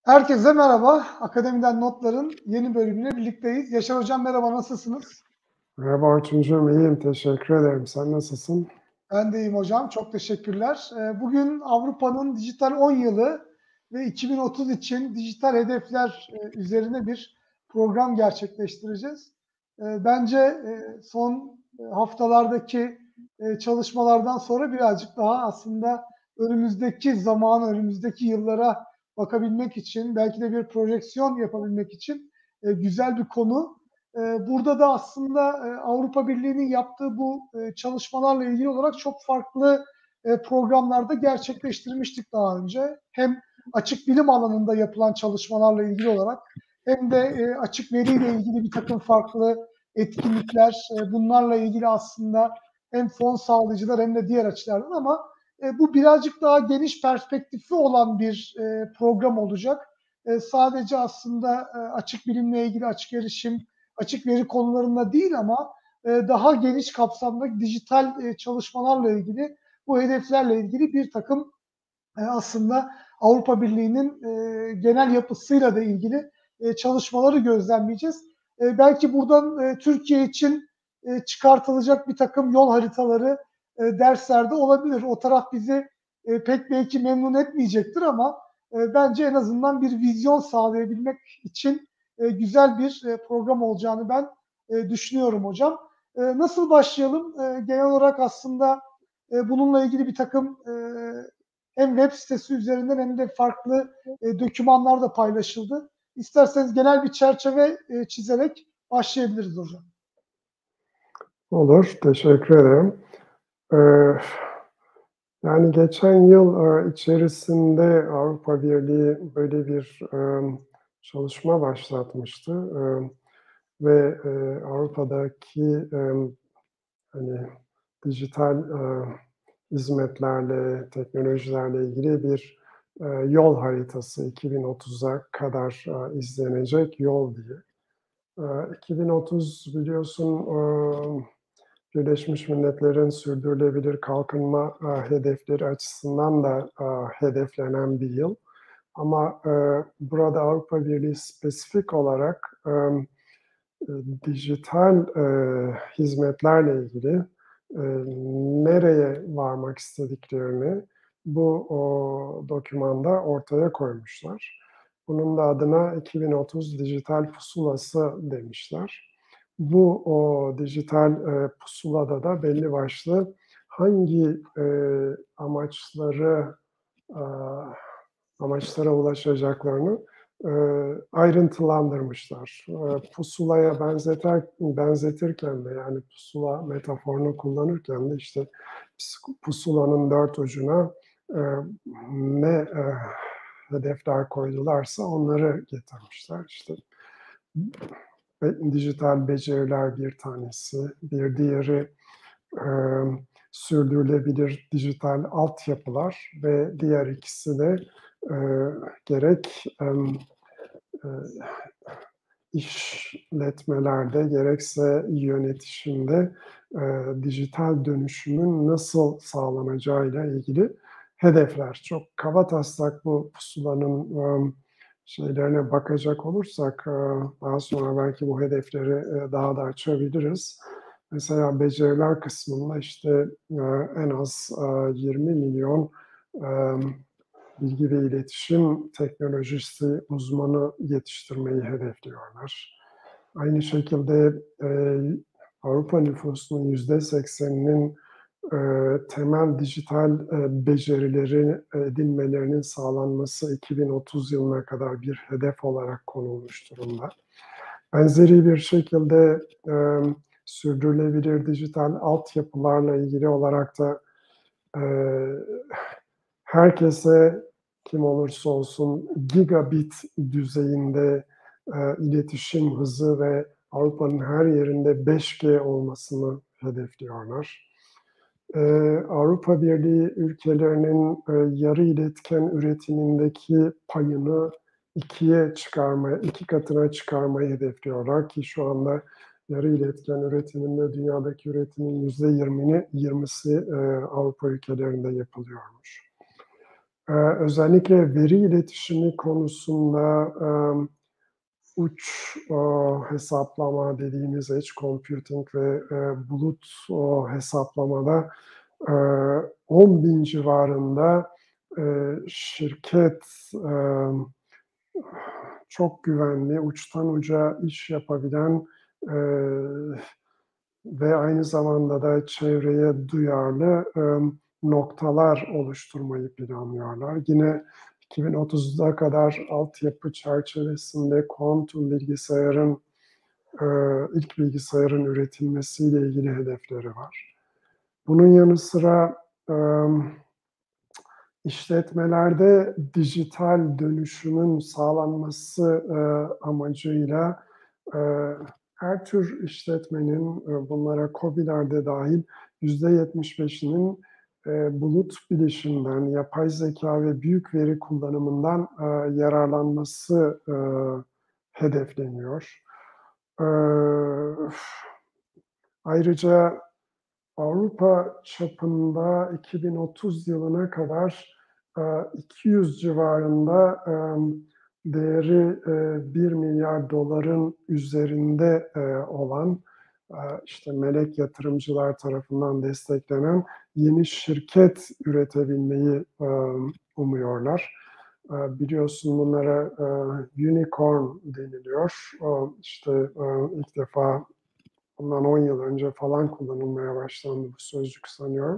Herkese merhaba. Akademiden Notlar'ın yeni bölümüyle birlikteyiz. Yaşar Hocam merhaba, nasılsınız? Merhaba Orçuncuğum, iyiyim. Teşekkür ederim. Sen nasılsın? Ben de iyiyim hocam. Çok teşekkürler. Bugün Avrupa'nın dijital 10 yılı ve 2030 için dijital hedefler üzerine bir program gerçekleştireceğiz. Bence son haftalardaki çalışmalardan sonra birazcık daha aslında önümüzdeki zamana, önümüzdeki yıllara bakabilmek için, belki de bir projeksiyon yapabilmek için güzel bir konu. Burada da aslında Avrupa Birliği'nin yaptığı bu çalışmalarla ilgili olarak çok farklı programlarda gerçekleştirmiştik daha önce. Hem açık bilim alanında yapılan çalışmalarla ilgili olarak hem de açık veriyle ilgili bir takım farklı etkinlikler, bunlarla ilgili aslında hem fon sağlayıcılar hem de diğer açılardan ama bu birazcık daha geniş perspektifli olan bir program olacak. Sadece aslında açık bilimle ilgili açık erişim, açık veri konularında değil ama daha geniş kapsamda dijital çalışmalarla ilgili, bu hedeflerle ilgili bir takım aslında Avrupa Birliği'nin genel yapısıyla da ilgili çalışmaları gözlemleyeceğiz. Belki buradan Türkiye için çıkartılacak bir takım yol haritaları derslerde olabilir. O taraf bizi pek belki memnun etmeyecektir ama bence en azından bir vizyon sağlayabilmek için güzel bir program olacağını ben düşünüyorum hocam. Nasıl başlayalım? Genel olarak aslında bununla ilgili bir takım hem web sitesi üzerinden hem de farklı dokümanlar da paylaşıldı. İsterseniz genel bir çerçeve çizerek başlayabiliriz hocam. Olur, teşekkür ederim. Ee, Yani geçen yıl içerisinde Avrupa Birliği böyle bir çalışma başlatmıştı. Ve Avrupa'daki hani dijital hizmetlerle, teknolojilerle ilgili bir yol haritası 2030'a kadar izlenecek yol diye. 2030 biliyorsun Birleşmiş Milletler'in sürdürülebilir kalkınma hedefleri açısından da hedeflenen bir yıl. Ama burada Avrupa Birliği spesifik olarak dijital hizmetlerle ilgili nereye varmak istediklerini bu dokümanda ortaya koymuşlar. Bunun da adına 2030 Dijital Pusulası demişler. Bu dijital pusulada da belli başlı hangi amaçlara ulaşacaklarını ayrıntılandırmışlar. Pusulaya benzetirken de yani pusula metaforunu kullanırken de işte pusulanın dört ucuna ne hedefler koydularsa onları getirmişler. İşte dijital beceriler bir tanesi, bir diğeri sürdürülebilir dijital altyapılar ve diğer ikisi de gerek işletmelerde gerekse yönetişimde dijital dönüşümün nasıl sağlanacağıyla ilgili hedefler. Çok kabataslak bu pusulanın şeylerine bakacak olursak daha sonra belki bu hedefleri daha da açabiliriz. Mesela beceriler kısmında işte en az 20 milyon bilgi ve iletişim teknolojisi uzmanı yetiştirmeyi hedefliyorlar. Aynı şekilde Avrupa nüfusunun %80'inin temel dijital becerileri edinmelerinin sağlanması 2030 yılına kadar bir hedef olarak konulmuş durumda. Benzeri bir şekilde sürdürülebilir dijital altyapılarla ilgili olarak da herkese kim olursa olsun gigabit düzeyinde iletişim hızı ve Avrupa'nın her yerinde 5G olmasını hedefliyorlar. Avrupa Birliği ülkelerinin yarı iletken üretimindeki payını iki katına çıkarmayı hedefliyorlar ki şu anda yarı iletken üretiminde dünyadaki üretimin %20'si Avrupa ülkelerinde yapılıyormuş. Özellikle veri iletişimi konusunda uç hesaplama dediğimiz edge computing ve bulut hesaplamada 10.000 civarında şirket çok güvenli, uçtan uca iş yapabilen ve aynı zamanda da çevreye duyarlı noktalar oluşturmayı planlıyorlar. Yine 2030'a kadar altyapı çerçevesinde kuantum bilgisayarın ilk bilgisayarın üretilmesiyle ilgili hedefleri var. Bunun yanı sıra işletmelerde dijital dönüşümün sağlanması amacıyla her tür işletmenin, bunlara KOBİ'ler de dahil %75'inin bulut bilişimden, yapay zeka ve büyük veri kullanımından yararlanması hedefleniyor. Ayrıca Avrupa çapında 2030 yılına kadar 200 civarında değeri 1 milyar doların üzerinde olan işte melek yatırımcılar tarafından desteklenen yeni şirket üretebilmeyi umuyorlar. Biliyorsun bunlara unicorn deniliyor. İşte ilk defa bundan 10 yıl önce falan kullanılmaya başlandı bu sözcük sanıyorum.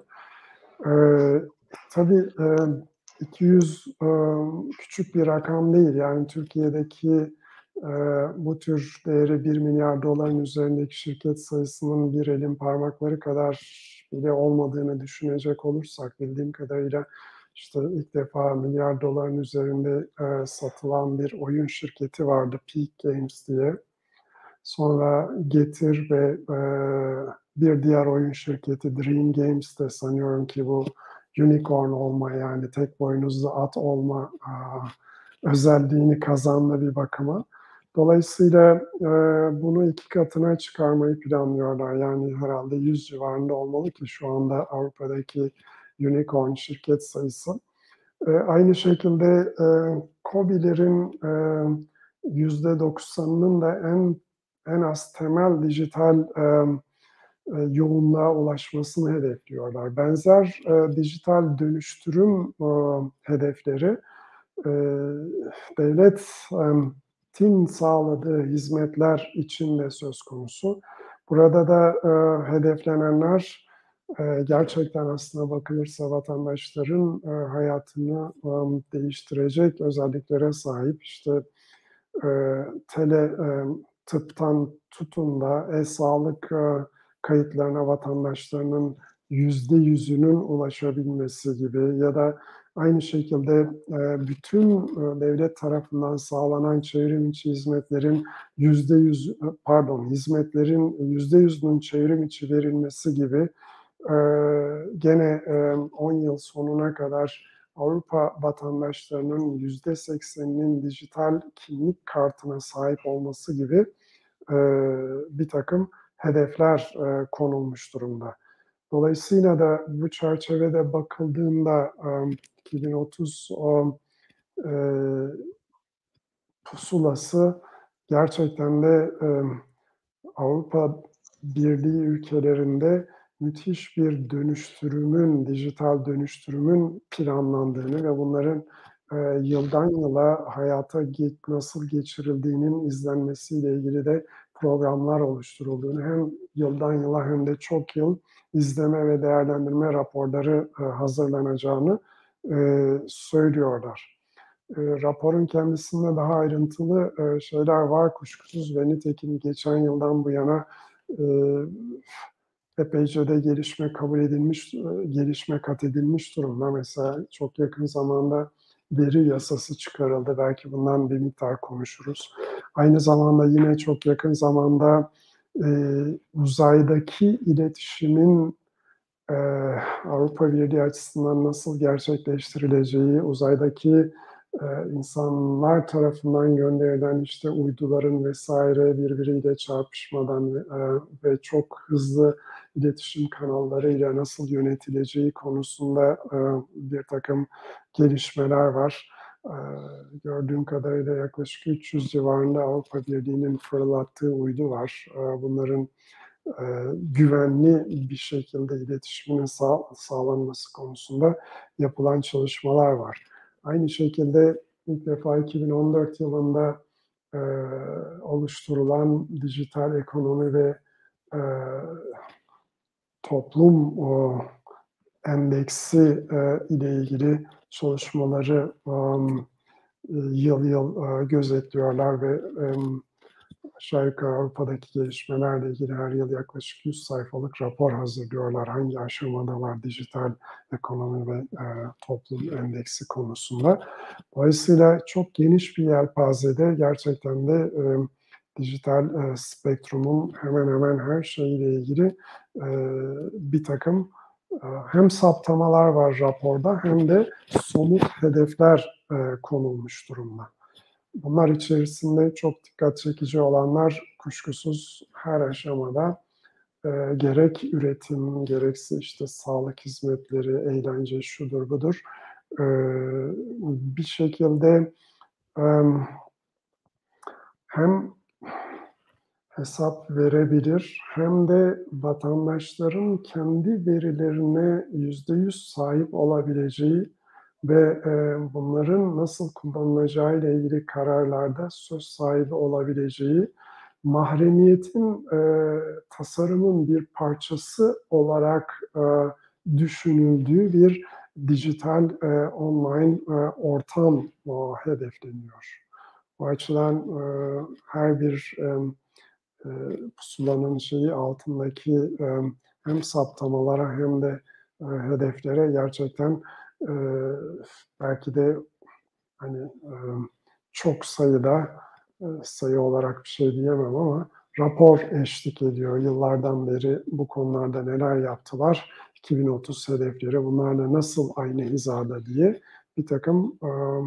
Tabii 200 küçük bir rakam değil. Yani Türkiye'deki bu tür değeri 1 milyar doların üzerindeki şirket sayısının bir elin parmakları kadar bile olmadığını düşünecek olursak, bildiğim kadarıyla işte ilk defa milyar doların üzerinde satılan bir oyun şirketi vardı, Peak Games diye. Sonra Getir ve bir diğer oyun şirketi Dream Games de sanıyorum ki bu unicorn olma, yani tek boynuzlu at olma özelliğini kazandı bir bakıma. Dolayısıyla bunu 2 katına çıkarmayı planlıyorlar. Yani herhalde 100 civarında olmalı ki şu anda Avrupa'daki unicorn şirket sayısı. Aynı şekilde KOBİ'lerin %90'ının da en az temel dijital yoğunluğa ulaşmasını hedefliyorlar. Benzer dijital dönüştürüm hedefleri devletin sağladığı hizmetler için de söz konusu. Burada da hedeflenenler gerçekten aslına bakılırsa vatandaşların hayatını değiştirecek özelliklere sahip. İşte tele tıptan tutun da e-sağlık kayıtlarına vatandaşlarının %100'ünün ulaşabilmesi gibi ya da aynı şekilde bütün devlet tarafından sağlanan çevrim içi hizmetlerin hizmetlerin %100'ünün çevrim içi verilmesi gibi gene 10 yıl sonuna kadar Avrupa vatandaşlarının %80'inin dijital kimlik kartına sahip olması gibi bir takım hedefler konulmuş durumda. Dolayısıyla da bu çerçevede bakıldığında 2030 pusulası gerçekten de Avrupa Birliği ülkelerinde müthiş bir dijital dönüştürümün planlandığını ve bunların yıldan yıla hayata nasıl geçirildiğinin izlenmesiyle ilgili de programlar oluşturulduğunu, hem yıldan yıla hem de çok yıl izleme ve değerlendirme raporları hazırlanacağını söylüyorlar. Raporun kendisinde daha ayrıntılı şeyler var kuşkusuz ve nitekim geçen yıldan bu yana epeyce de gelişme kat edilmiş durumda. Mesela çok yakın zamanda veri yasası çıkarıldı. Belki bundan bir miktar konuşuruz. Aynı zamanda yine çok yakın zamanda uzaydaki iletişimin Avrupa Birliği açısından nasıl gerçekleştirileceği, uzaydaki insanlar tarafından gönderilen işte uyduların vesaire birbiriyle çarpışmadan ve çok hızlı iletişim kanallarıyla nasıl yönetileceği konusunda bir takım gelişmeler var. Gördüğüm kadarıyla yaklaşık 300 civarında Avrupa Birliği'nin fırlattığı uydu var. Bunların güvenli bir şekilde iletişimin sağlanması konusunda yapılan çalışmalar var. Aynı şekilde ilk defa 2014 yılında oluşturulan dijital ekonomi ve toplum endeksi ile ilgili çalışmaları yıl yıl gözetliyorlar ve aşağı yukarı Avrupa'daki gelişmelerle ilgili her yıl yaklaşık 100 sayfalık rapor hazırlıyorlar. Hangi aşamadalar dijital ekonomi ve toplum endeksi konusunda. Dolayısıyla çok geniş bir yelpazede gerçekten de dijital spektrumun hemen hemen her şeyiyle ilgili bir takım hem saptamalar var raporda hem de somut hedefler konulmuş durumda. Bunlar içerisinde çok dikkat çekici olanlar kuşkusuz her aşamada gerek üretim, gerekse işte sağlık hizmetleri, eğlence, şudur budur bir şekilde hem hesap verebilir hem de vatandaşların kendi verilerine %100 sahip olabileceği ve bunların nasıl kullanılacağı ile ilgili kararlarda söz sahibi olabileceği, mahremiyetin tasarımın bir parçası olarak düşünüldüğü bir dijital online ortam hedefleniyor. Bu açıdan her bir pusulanın şeyi altındaki hem saptamalara hem de hedeflere gerçekten belki de hani çok sayıda sayı olarak bir şey diyemem ama rapor eşlik ediyor. Yıllardan beri bu konularda neler yaptılar, 2030 hedefleri bunlarla nasıl aynı hizada diye bir takım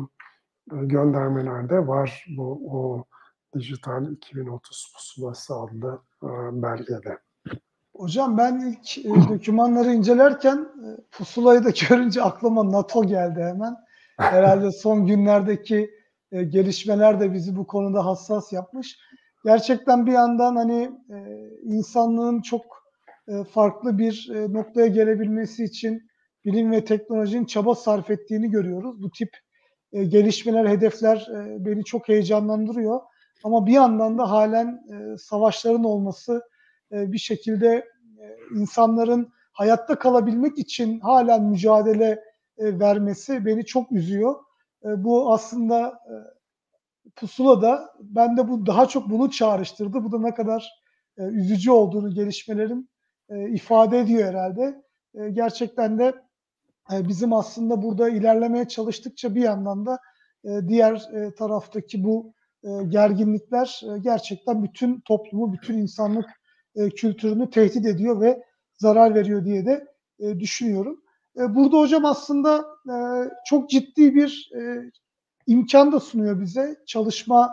göndermeler var bu Dijital 2030 Pusulası adlı belgede. Hocam ben ilk dokümanları incelerken pusulayı da görünce aklıma NATO geldi hemen. Herhalde son günlerdeki gelişmeler de bizi bu konuda hassas yapmış. Gerçekten bir yandan hani insanlığın çok farklı bir noktaya gelebilmesi için bilim ve teknolojinin çaba sarf ettiğini görüyoruz. Bu tip gelişmeler, hedefler beni çok heyecanlandırıyor. Ama bir yandan da halen savaşların olması, bir şekilde insanların hayatta kalabilmek için halen mücadele vermesi beni çok üzüyor. Bu aslında pusulada bende bu daha çok bunu çağrıştırdı. Bu da ne kadar üzücü olduğunu gelişmelerin ifade ediyor herhalde. Gerçekten de bizim aslında burada ilerlemeye çalıştıkça bir yandan da diğer taraftaki bu gerginlikler gerçekten bütün toplumu, bütün insanlık kültürünü tehdit ediyor ve zarar veriyor diye de düşünüyorum. Burada hocam aslında çok ciddi bir imkan da sunuyor bize çalışma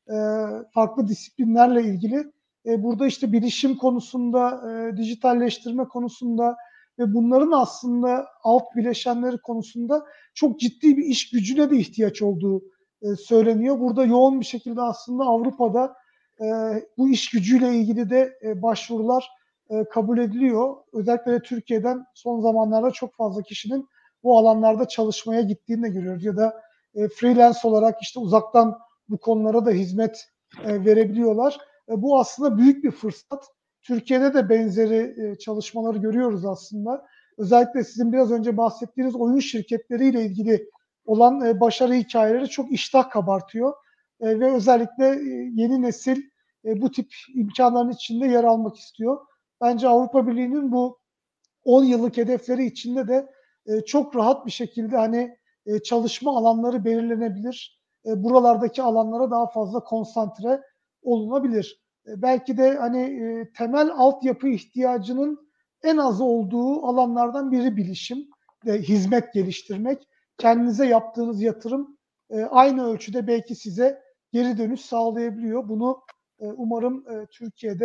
farklı disiplinlerle ilgili. Burada işte bilişim konusunda, dijitalleştirme konusunda ve bunların aslında alt bileşenleri konusunda çok ciddi bir iş gücüne de ihtiyaç olduğu söyleniyor. Burada yoğun bir şekilde aslında Avrupa'da bu iş gücüyle ilgili de başvurular kabul ediliyor. Özellikle de Türkiye'den son zamanlarda çok fazla kişinin bu alanlarda çalışmaya gittiğini de görüyoruz. Ya da freelance olarak işte uzaktan bu konulara da hizmet verebiliyorlar. Bu aslında büyük bir fırsat. Türkiye'de de benzeri çalışmaları görüyoruz aslında. Özellikle sizin biraz önce bahsettiğiniz oyun şirketleriyle ilgili olan başarı hikayeleri çok iştah kabartıyor. Ve özellikle yeni nesil bu tip imkanların içinde yer almak istiyor. Bence Avrupa Birliği'nin bu 10 yıllık hedefleri içinde de çok rahat bir şekilde hani çalışma alanları belirlenebilir. Buralardaki alanlara daha fazla konsantre olunabilir. Belki de hani temel altyapı ihtiyacının en az olduğu alanlardan biri bilişim ve hizmet geliştirmek. Kendinize yaptığınız yatırım aynı ölçüde belki size geri dönüş sağlayabiliyor. Bunu umarım Türkiye'de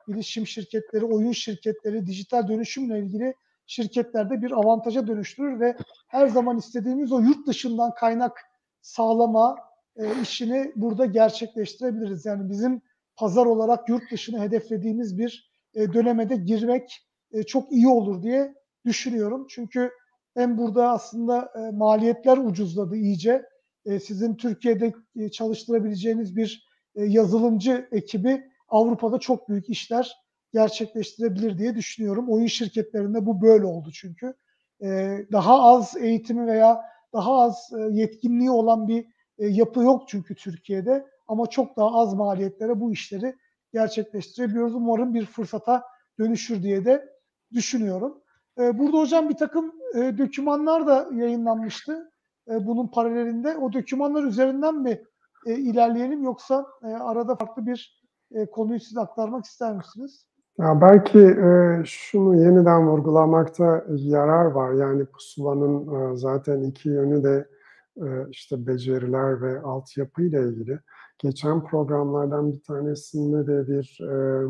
bilişim şirketleri, oyun şirketleri, dijital dönüşümle ilgili şirketlerde bir avantaja dönüştürür ve her zaman istediğimiz o yurt dışından kaynak sağlama işini burada gerçekleştirebiliriz. Yani bizim pazar olarak yurt dışını hedeflediğimiz bir döneme de girmek çok iyi olur diye düşünüyorum. Çünkü hem burada aslında maliyetler ucuzladı iyice. Sizin Türkiye'de çalıştırabileceğiniz bir yazılımcı ekibi Avrupa'da çok büyük işler gerçekleştirebilir diye düşünüyorum. Oyun şirketlerinde bu böyle oldu çünkü. Daha az eğitimi veya daha az yetkinliği olan bir yapı yok çünkü Türkiye'de. Ama çok daha az maliyetlere bu işleri gerçekleştirebiliyoruz. Umarım bir fırsata dönüşür diye de düşünüyorum. Burada hocam bir takım dokümanlar da yayınlanmıştı. Bunun paralelinde. O dokümanlar üzerinden mi ilerleyelim yoksa arada farklı bir konuyu size aktarmak ister misiniz? Ya belki şunu yeniden vurgulamakta yarar var. Yani pusulanın zaten iki yönü de işte beceriler ve altyapıyla ilgili. Geçen programlardan bir tanesinde de bir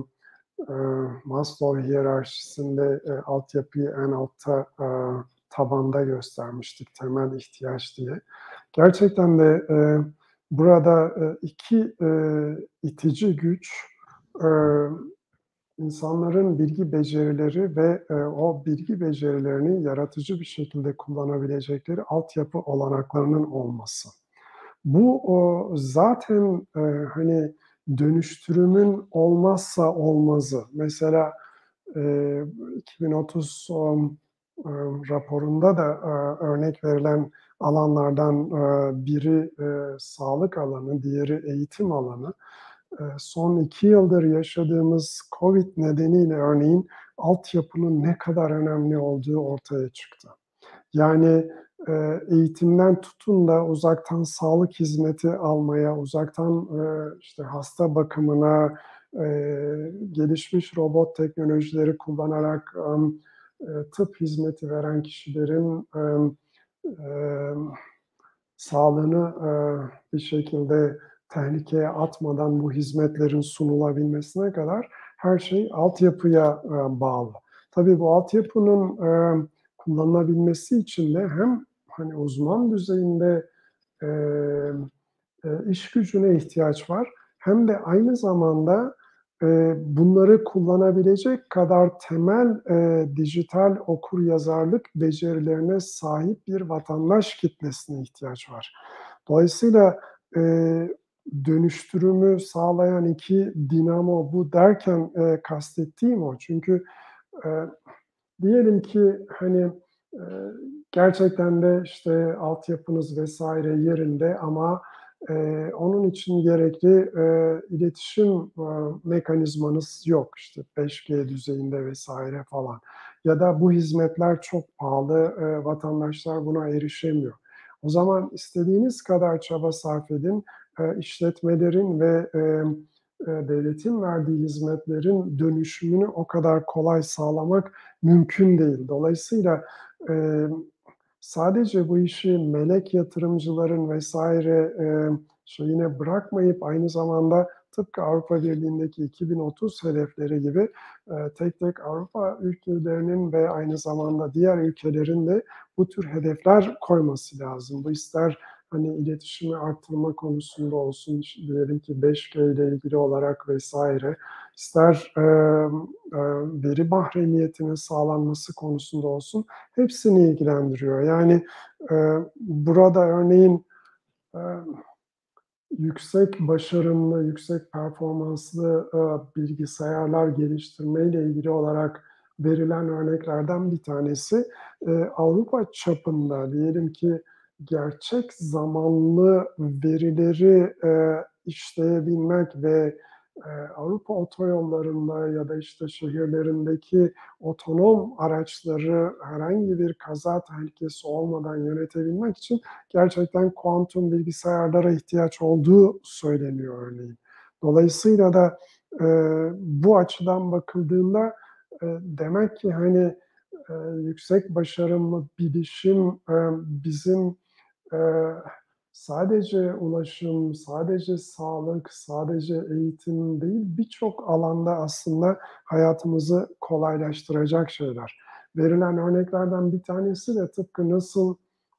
Maslow hiyerarşisinde altyapıyı en altta tabanda göstermiştik, temel ihtiyaç diye. Gerçekten de burada iki itici güç, insanların bilgi becerileri ve o bilgi becerilerini yaratıcı bir şekilde kullanabilecekleri altyapı olanaklarının olması. Bu zaten hani dönüştürümün olmazsa olmazı. Mesela 2030 raporunda da örnek verilen alanlardan biri sağlık alanı, diğeri eğitim alanı. Son 2 yıldır yaşadığımız COVID nedeniyle örneğin altyapının ne kadar önemli olduğu ortaya çıktı. Yani eğitimden tutun da uzaktan sağlık hizmeti almaya, uzaktan işte hasta bakımına, gelişmiş robot teknolojileri kullanarak tıp hizmeti veren kişilerin sağlığını bir şekilde tehlikeye atmadan bu hizmetlerin sunulabilmesine kadar her şey altyapıya bağlı. Tabii bu altyapının kullanılabilmesi için de hem hani uzman düzeyinde iş gücüne ihtiyaç var, hem de aynı zamanda bunları kullanabilecek kadar temel dijital okuryazarlık becerilerine sahip bir vatandaş kitlesine ihtiyaç var. Dolayısıyla dönüştürümü sağlayan iki dinamo bu derken kastettiğim o. Çünkü diyelim ki hani gerçekten de işte altyapınız vesaire yerinde ama onun için gerekli iletişim mekanizmanız yok. İşte 5G düzeyinde vesaire falan. Ya da bu hizmetler çok pahalı, vatandaşlar buna erişemiyor. O zaman istediğiniz kadar çaba sarf edin, işletmelerin ve devletin verdiği hizmetlerin dönüşümünü o kadar kolay sağlamak mümkün değil. Dolayısıyla sadece bu işi melek yatırımcıların vesaire şeyine bırakmayıp aynı zamanda tıpkı Avrupa Birliği'ndeki 2030 hedefleri gibi tek tek Avrupa ülkelerinin ve aynı zamanda diğer ülkelerin de bu tür hedefler koyması lazım. Bu ister hani iletişimi arttırma konusunda olsun, diyelim ki 5G ile ilgili olarak vesaire, ister veri mahremiyetinin sağlanması konusunda olsun, hepsini ilgilendiriyor. Yani burada örneğin yüksek başarımlı, yüksek performanslı bilgisayarlar geliştirmeyle ilgili olarak verilen örneklerden bir tanesi Avrupa çapında diyelim ki gerçek zamanlı verileri işleyebilmek ve Avrupa otoyollarında ya da işte şehirlerindeki otonom araçları herhangi bir kaza tehlikesi olmadan yönetebilmek için gerçekten kuantum bilgisayarlara ihtiyaç olduğu söyleniyor örneğin. Dolayısıyla da bu açıdan bakıldığında demek ki hani yüksek başarımlı bilişim bizim sadece ulaşım, sadece sağlık, sadece eğitim değil, birçok alanda aslında hayatımızı kolaylaştıracak şeyler. Verilen örneklerden bir tanesi de tıpkı nasıl,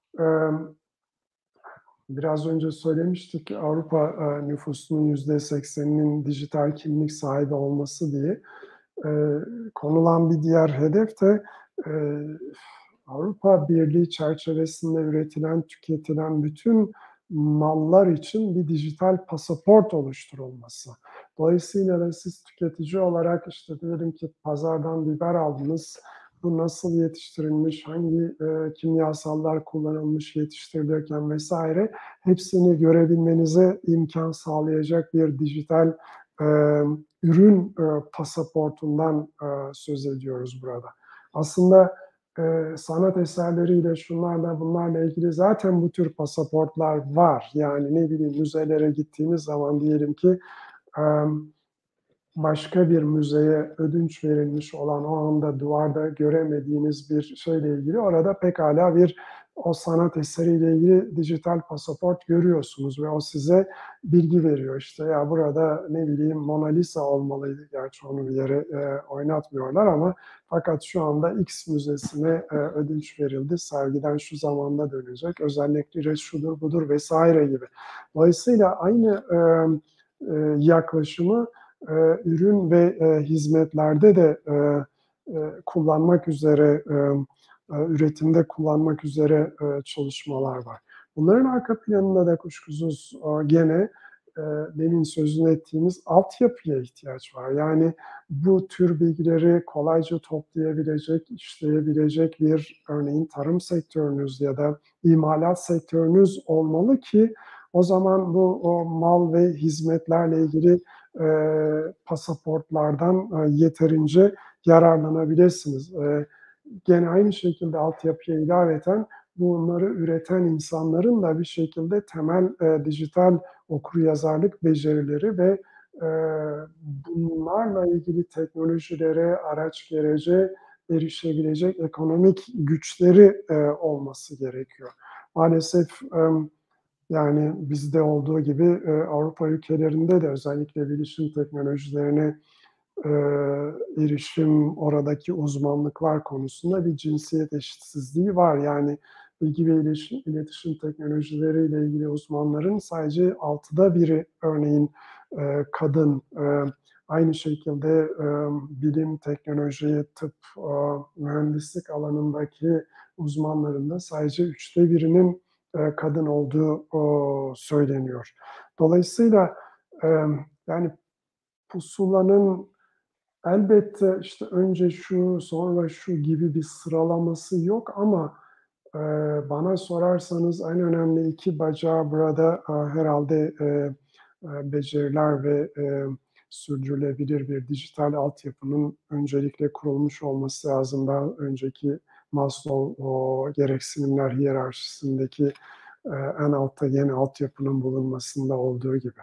biraz önce söylemiştik ki Avrupa nüfusunun %80'inin dijital kimlik sahibi olması diye. Konulan bir diğer hedef de eee, Avrupa Birliği çerçevesinde üretilen, tüketilen bütün mallar için bir dijital pasaport oluşturulması. Dolayısıyla da siz tüketici olarak işte diyelim ki pazardan biber aldınız, bu nasıl yetiştirilmiş, hangi kimyasallar kullanılmış yetiştirilirken vesaire hepsini görebilmenize imkan sağlayacak bir dijital ürün pasaportundan söz ediyoruz burada. Aslında sanat eserleriyle şunlarla bunlarla ilgili zaten bu tür pasaportlar var. Yani ne bileyim müzelere gittiğimiz zaman diyelim ki başka bir müzeye ödünç verilmiş olan o anda duvarda göremediğiniz bir şeyle ilgili orada pekala bir o sanat eseriyle ilgili dijital pasaport görüyorsunuz ve o size bilgi veriyor. İşte ya burada ne bileyim Mona Lisa olmalıydı. Gerçi onu bir yere oynatmıyorlar ama fakat şu anda X müzesine ödünç verildi. Sergiden şu zamanda dönecek. Özellikleri şudur budur vesaire gibi. Dolayısıyla aynı yaklaşımı ürün ve hizmetlerde de kullanmak üzere, üretimde kullanmak üzere çalışmalar var. Bunların arka planında da kuşkusuz gene demin sözünü ettiğimiz altyapıya ihtiyaç var. Yani bu tür bilgileri kolayca toplayabilecek, işleyebilecek bir örneğin tarım sektörünüz ya da imalat sektörünüz olmalı ki o zaman bu o mal ve hizmetlerle ilgili pasaportlardan yeterince yararlanabilirsiniz. Gene aynı şekilde altyapıya ilaveten bunları üreten insanların da bir şekilde temel dijital okuryazarlık becerileri ve bunlarla ilgili teknolojilere, araç gerece erişebilecek ekonomik güçleri olması gerekiyor. Maalesef yani bizde olduğu gibi Avrupa ülkelerinde de özellikle bilişim teknolojilerine erişim, oradaki uzmanlıklar konusunda bir cinsiyet eşitsizliği var. Yani bilgi ve iletişim teknolojileriyle ilgili uzmanların sadece 6'da biri örneğin kadın. Aynı şekilde bilim, teknoloji, tıp, mühendislik alanındaki uzmanların da sadece 3'te birinin kadın olduğu söyleniyor. Dolayısıyla yani pusulanın elbette işte önce şu, sonra şu gibi bir sıralaması yok ama bana sorarsanız en önemli iki bacağı burada herhalde beceriler ve sürdürülebilir bir dijital altyapının öncelikle kurulmuş olması lazım. Daha önceki Maslow o gereksinimler hiyerarşisindeki en altta yeni altyapının bulunmasında olduğu gibi.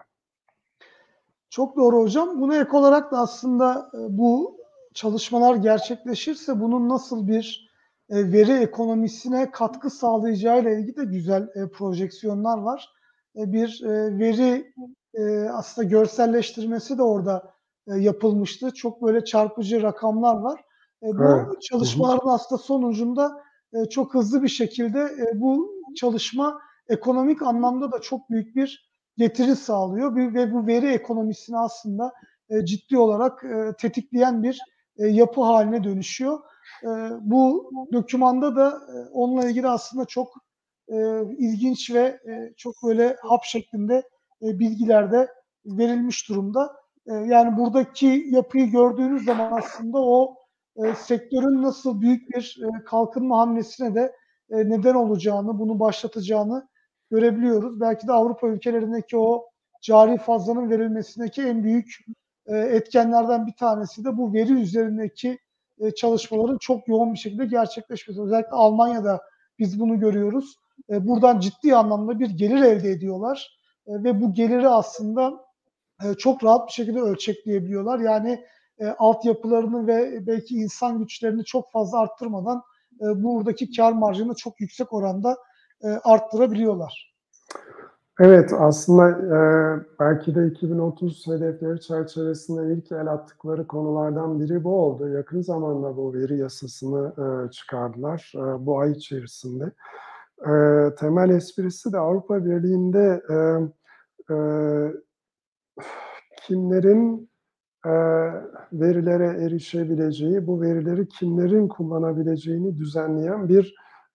Çok doğru hocam. Buna ek olarak da aslında bu çalışmalar gerçekleşirse bunun nasıl bir veri ekonomisine katkı sağlayacağıyla ilgili de güzel projeksiyonlar var. Bir veri aslında görselleştirmesi de orada yapılmıştı. Çok böyle çarpıcı rakamlar var. Evet. Bu çalışmaların aslında sonucunda çok hızlı bir şekilde bu çalışma ekonomik anlamda da çok büyük bir getiri sağlıyor ve bu veri ekonomisini aslında ciddi olarak tetikleyen bir yapı haline dönüşüyor. Bu dokümanda da onunla ilgili aslında çok ilginç ve çok böyle hap şeklinde bilgiler de verilmiş durumda. Yani buradaki yapıyı gördüğünüz zaman aslında o sektörün nasıl büyük bir kalkınma hamlesine de neden olacağını, bunu başlatacağını görebiliyoruz. Belki de Avrupa ülkelerindeki o cari fazlanın verilmesindeki en büyük etkenlerden bir tanesi de bu veri üzerindeki çalışmaların çok yoğun bir şekilde gerçekleşmesi. Özellikle Almanya'da biz bunu görüyoruz. Buradan ciddi anlamda bir gelir elde ediyorlar ve bu geliri aslında çok rahat bir şekilde ölçekleyebiliyorlar. Yani altyapılarını ve belki insan güçlerini çok fazla arttırmadan buradaki kar marjını çok yüksek oranda arttırabiliyorlar. Evet, aslında belki de 2030 hedefleri çerçevesinde ilk el attıkları konulardan biri bu oldu. Yakın zamanda bu veri yasasını çıkardılar bu ay içerisinde. Temel esprisi de Avrupa Birliği'nde eee, kimlerin verilere erişebileceği, bu verileri kimlerin kullanabileceğini düzenleyen bir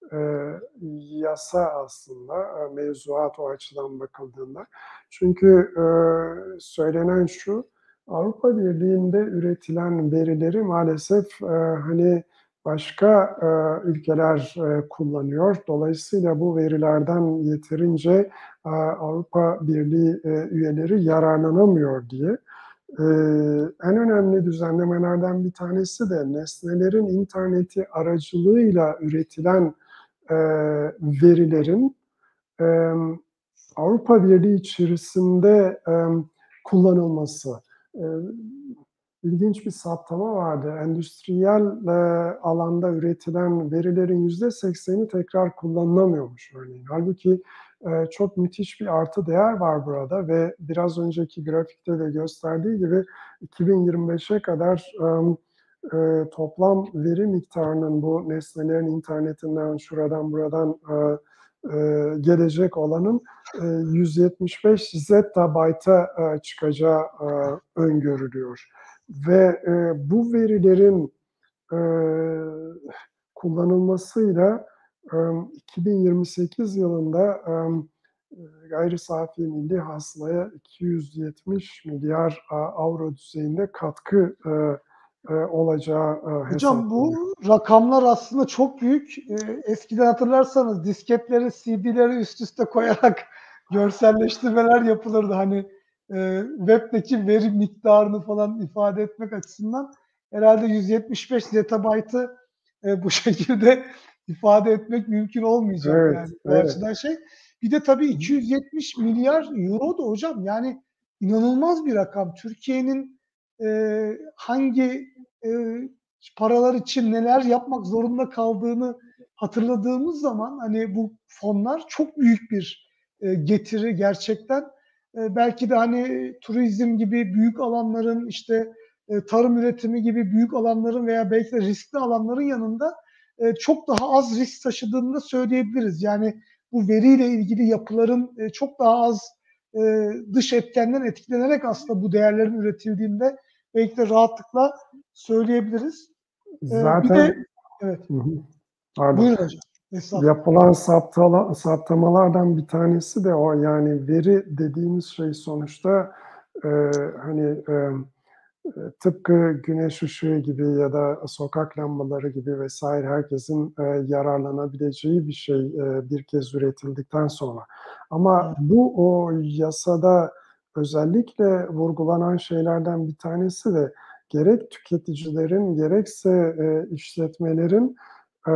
yasa aslında, mevzuat o açıdan bakıldığında. Çünkü söylenen şu, Avrupa Birliği'nde üretilen verileri maalesef hani başka ülkeler kullanıyor. Dolayısıyla bu verilerden yeterince Avrupa Birliği üyeleri yararlanamıyor diye. En önemli düzenlemelerden bir tanesi de nesnelerin interneti aracılığıyla üretilen verilerin emm, Avrupa Birliği içerisinde kullanılması. Eee, ilginç bir saptama vardı. Endüstriyel alanda üretilen verilerin %80'i tekrar kullanılamıyormuş örneğin. Halbuki çok müthiş bir artı değer var burada ve biraz önceki grafikte de gösterdiği gibi 2025'e kadar toplam veri miktarının bu nesnelerin internetinden, şuradan buradan gelecek olanın 175 zettabayta çıkacağı öngörülüyor. Ve bu verilerin kullanılmasıyla 2028 yılında gayri safi milli hasılaya 270 milyar avro düzeyinde katkı olacağı Hocam hesaplanıyor. bu rakamlar aslında çok büyük. Eskiden hatırlarsanız disketleri, CD'leri üst üste koyarak görselleştirmeler yapılırdı. Hani web'deki veri miktarını falan ifade etmek açısından herhalde 175 zettabaytı bu şekilde ifade etmek mümkün olmayacak Evet, yani bu evet. açıdan şey. Bir de tabii 270 milyar euro da hocam yani inanılmaz bir rakam. Türkiye'nin hangi e, paralar için neler yapmak zorunda kaldığını hatırladığımız zaman hani bu fonlar çok büyük bir getiri gerçekten. Belki de hani turizm gibi büyük alanların işte tarım üretimi gibi büyük alanların veya belki de riskli alanların yanında çok daha az risk taşıdığını da söyleyebiliriz. Yani bu veriyle ilgili yapıların çok daha az dış etkenden etkilenerek aslında bu değerlerin üretildiğinde belki de rahatlıkla söyleyebiliriz. Bir de Zaten evet, hı hı, pardon. buyurun hocam. Estağfurullah. Yapılan saptamalardan bir tanesi de o. Yani veri dediğimiz şey sonuçta hani tıpkı güneş ışığı gibi ya da sokak lambaları gibi vesaire herkesin yararlanabileceği bir şey bir kez üretildikten sonra. Ama Evet. bu o yasada özellikle vurgulanan şeylerden bir tanesi de gerek tüketicilerin gerekse işletmelerin e,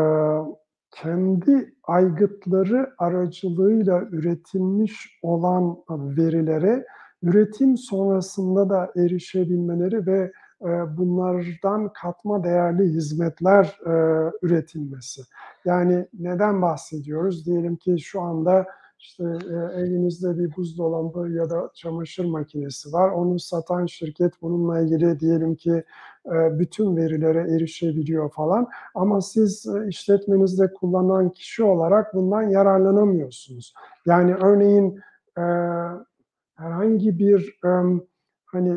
kendi aygıtları aracılığıyla üretilmiş olan verilere üretim sonrasında da erişebilmeleri ve bunlardan katma değerli hizmetler üretilmesi. Yani neden bahsediyoruz? Diyelim ki şu anda işte evinizde bir buzdolabı ya da çamaşır makinesi var. Onu satan şirket bununla ilgili diyelim ki bütün verilere erişebiliyor falan. Ama siz işletmenizde kullanan kişi olarak bundan yararlanamıyorsunuz. Yani örneğin herhangi bir hani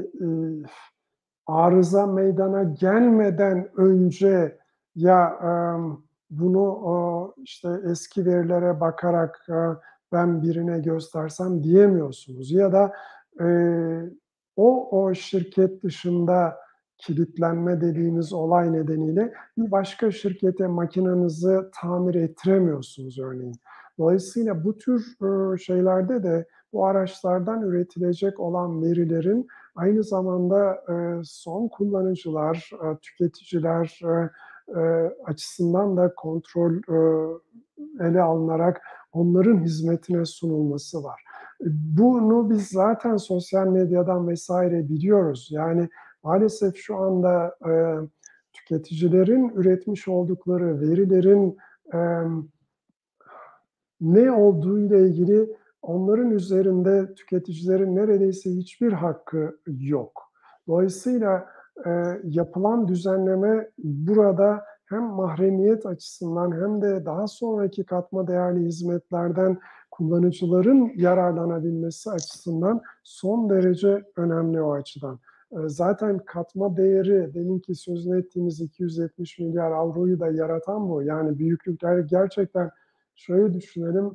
arıza meydana gelmeden önce ya bunu işte eski verilere bakarak ben birine göstersem diyemiyorsunuz ya da e, o şirket dışında kilitlenme dediğimiz olay nedeniyle bir başka şirkete makinenizi tamir ettiremiyorsunuz örneğin. Dolayısıyla bu tür şeylerde de bu araçlardan üretilecek olan verilerin aynı zamanda son kullanıcılar, tüketiciler açısından da kontrol ele alınarak onların hizmetine sunulması var. Bunu biz zaten sosyal medyadan vesaire biliyoruz. Yani maalesef şu anda tüketicilerin üretmiş oldukları verilerin ne olduğuyla ilgili onların üzerinde tüketicilerin neredeyse hiçbir hakkı yok. Dolayısıyla yapılan düzenleme burada hem mahremiyet açısından hem de daha sonraki katma değerli hizmetlerden kullanıcıların yararlanabilmesi açısından son derece önemli o açıdan. Zaten katma değeri, deminki sözünü ettiğimiz 270 milyar avroyu da yaratan bu. Yani büyüklükler gerçekten şöyle düşünelim,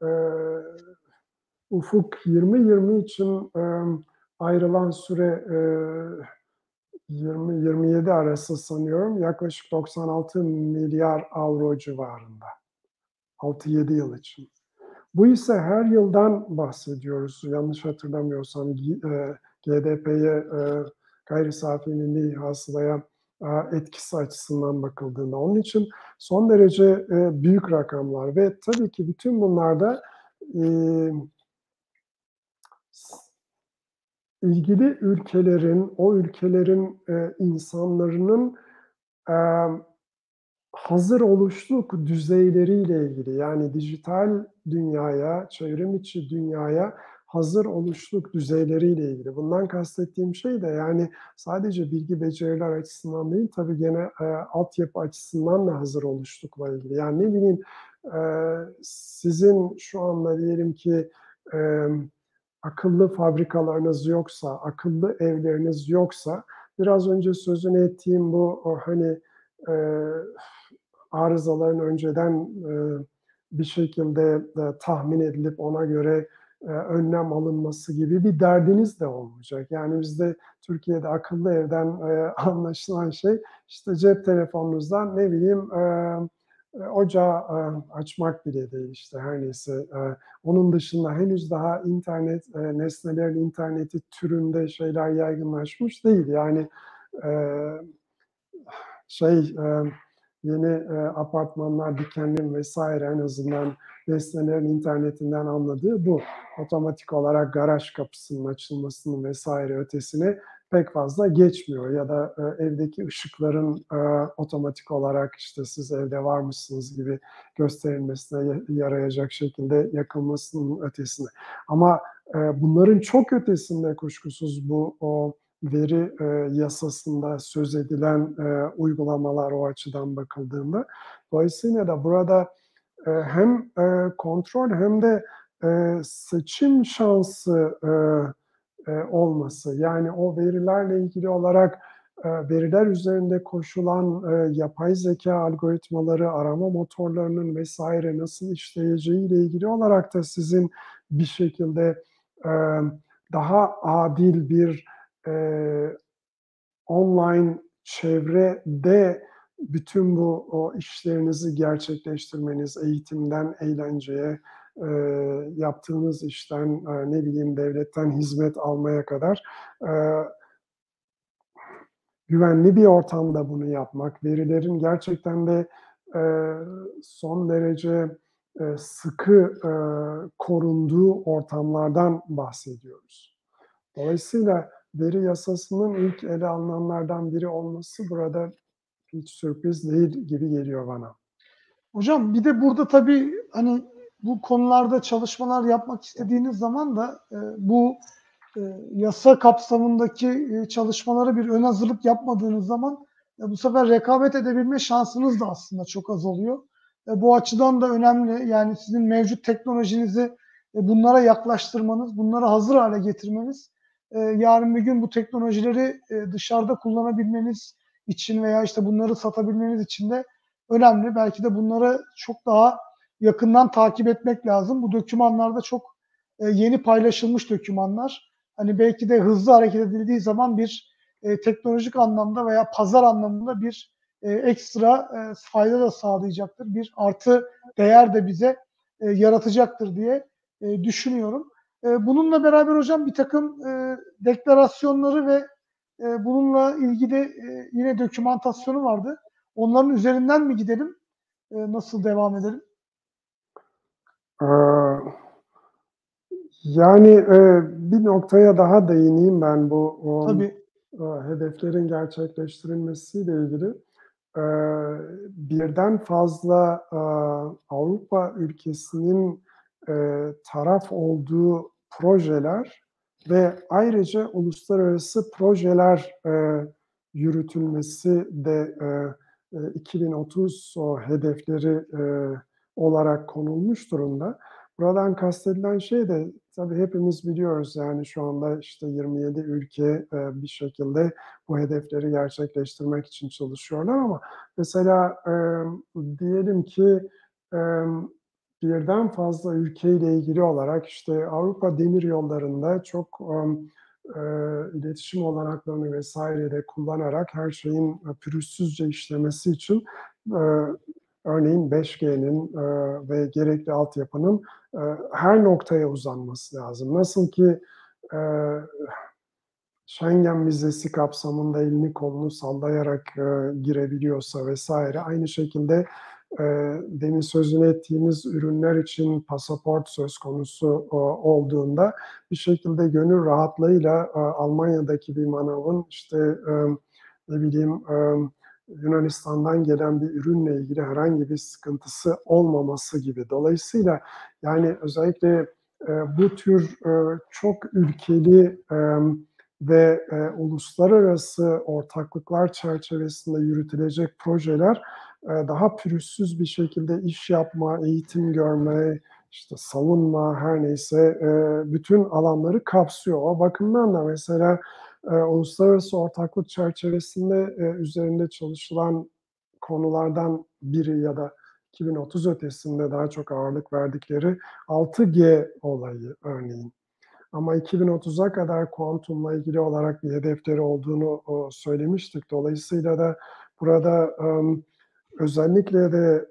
Ufuk 2020 için ayrılan süre 20-27 arası sanıyorum yaklaşık 96 milyar avro civarında. 6-7 yıl için. Bu ise her yıldan bahsediyoruz. Yanlış hatırlamıyorsam GDP'ye, gayri safi milli hasılaya etkisi açısından bakıldığında. Onun için son derece büyük rakamlar ve tabii ki bütün bunlarda ilgili ülkelerin, o ülkelerin insanların hazır oluşluk düzeyleriyle ilgili, yani dijital dünyaya, çevrim içi dünyaya hazır oluşluk düzeyleriyle ilgili. Bundan kastettiğim şey de yani sadece bilgi beceriler açısından değil, tabii gene altyapı açısından da hazır oluşlukla ilgili. Yani ne bileyim, sizin şu anda diyelim ki akıllı fabrikalarınız yoksa, akıllı evleriniz yoksa, biraz önce sözünü ettiğim bu hani arızaların önceden bir şekilde tahmin edilip ona göre önlem alınması gibi bir derdiniz de olmayacak. Yani bizde Türkiye'de akıllı evden anlaşılan şey işte cep telefonunuzdan ne bileyim ocağı açmak bile değil işte her neyse. Onun dışında henüz daha internet, nesnelerin interneti türünde şeyler yaygınlaşmış değil. Yani yeni apartmanlar, dikenli vesaire en azından nesnelerin internetinden anladığı bu. Otomatik olarak garaj kapısının açılmasının vesaire ötesine pek fazla geçmiyor ya da evdeki ışıkların otomatik olarak işte siz evde var mısınız gibi gösterilmesine yarayacak şekilde yakılmasının ötesine. Ama bunların çok ötesinde kuşkusuz bu o veri yasasında söz edilen uygulamalar o açıdan bakıldığında. Dolayısıyla da burada hem kontrol hem de seçim şansı olması, yani o verilerle ilgili olarak veriler üzerinde koşulan yapay zeka algoritmaları, arama motorlarının vesaire nasıl işleyeceğiyle ilgili olarak da sizin bir şekilde daha adil bir online çevrede bütün bu o işlerinizi gerçekleştirmeniz, eğitimden eğlenceye, yaptığınız işten ne bileyim devletten hizmet almaya kadar güvenli bir ortamda bunu yapmak, verilerin gerçekten de son derece sıkı korunduğu ortamlardan bahsediyoruz. Dolayısıyla veri yasasının ilk ele alınanlardan biri olması burada hiç sürpriz değil gibi geliyor bana. Hocam bir de burada tabii hani bu konularda çalışmalar yapmak istediğiniz zaman da bu yasa kapsamındaki çalışmalara bir ön hazırlık yapmadığınız zaman bu sefer rekabet edebilme şansınız da aslında çok az oluyor. Bu açıdan da önemli. Yani sizin mevcut teknolojinizi bunlara yaklaştırmanız, bunları hazır hale getirmeniz, yarın bir gün bu teknolojileri dışarıda kullanabilmeniz için veya işte bunları satabilmeniz için de önemli. Belki de bunları çok daha yakından takip etmek lazım. Bu dokümanlarda çok yeni paylaşılmış dokümanlar. Hani belki de hızlı hareket edildiği zaman bir teknolojik anlamda veya pazar anlamında bir ekstra fayda da sağlayacaktır. Bir artı değer de bize yaratacaktır diye düşünüyorum. Bununla beraber hocam bir takım deklarasyonları ve bununla ilgili yine dokümantasyonu vardı. Onların üzerinden mi gidelim? Nasıl devam edelim? Yani bir noktaya daha değineyim ben bu Tabii. hedeflerin gerçekleştirilmesiyle ilgili. Birden fazla Avrupa ülkesinin taraf olduğu projeler ve ayrıca uluslararası projeler yürütülmesi de 2030 o hedefleri olarak konulmuş durumda. Buradan kastedilen şey de tabii hepimiz biliyoruz, yani şu anda işte 27 ülke bir şekilde bu hedefleri gerçekleştirmek için çalışıyorlar ama mesela diyelim ki birden fazla ülkeyle ilgili olarak işte Avrupa Demiryolları'nda çok iletişim olanaklarını vesaire de kullanarak her şeyin pürüzsüzce işlemesi için örneğin 5G'nin ve gerekli altyapının her noktaya uzanması lazım. Nasıl ki Schengen vizesi kapsamında elini kolunu sallayarak girebiliyorsa vesaire, aynı şekilde demin sözünü ettiğimiz ürünler için pasaport söz konusu olduğunda bir şekilde gönül rahatlığıyla Almanya'daki bir manavın işte ne bileyim Yunanistan'dan gelen bir ürünle ilgili herhangi bir sıkıntısı olmaması gibi. Dolayısıyla yani özellikle bu tür çok ülkeli ve uluslararası ortaklıklar çerçevesinde yürütülecek projeler daha pürüzsüz bir şekilde iş yapma, eğitim görme, işte savunma, her neyse bütün alanları kapsıyor. O bakımdan da mesela uluslararası ortaklık çerçevesinde üzerinde çalışılan konulardan biri ya da 2030 ötesinde daha çok ağırlık verdikleri 6G olayı örneğin. Ama 2030'a kadar kuantumla ilgili olarak bir hedefleri olduğunu söylemiştik. Dolayısıyla da burada özellikle de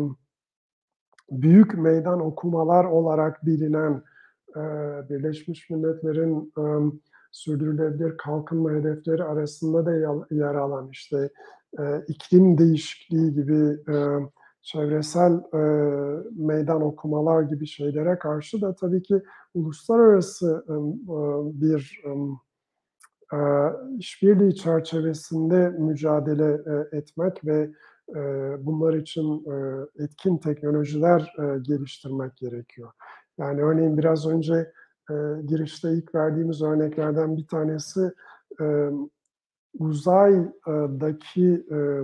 büyük meydan okumalar olarak bilinen Birleşmiş Milletler'in sürdürülebilir kalkınma hedefleri arasında da yer alan işte iklim değişikliği gibi çevresel meydan okumalar gibi şeylere karşı da tabii ki uluslararası bir işbirliği çerçevesinde mücadele etmek ve bunlar için etkin teknolojiler geliştirmek gerekiyor. Yani örneğin biraz önce girişte ilk verdiğimiz örneklerden bir tanesi uzaydaki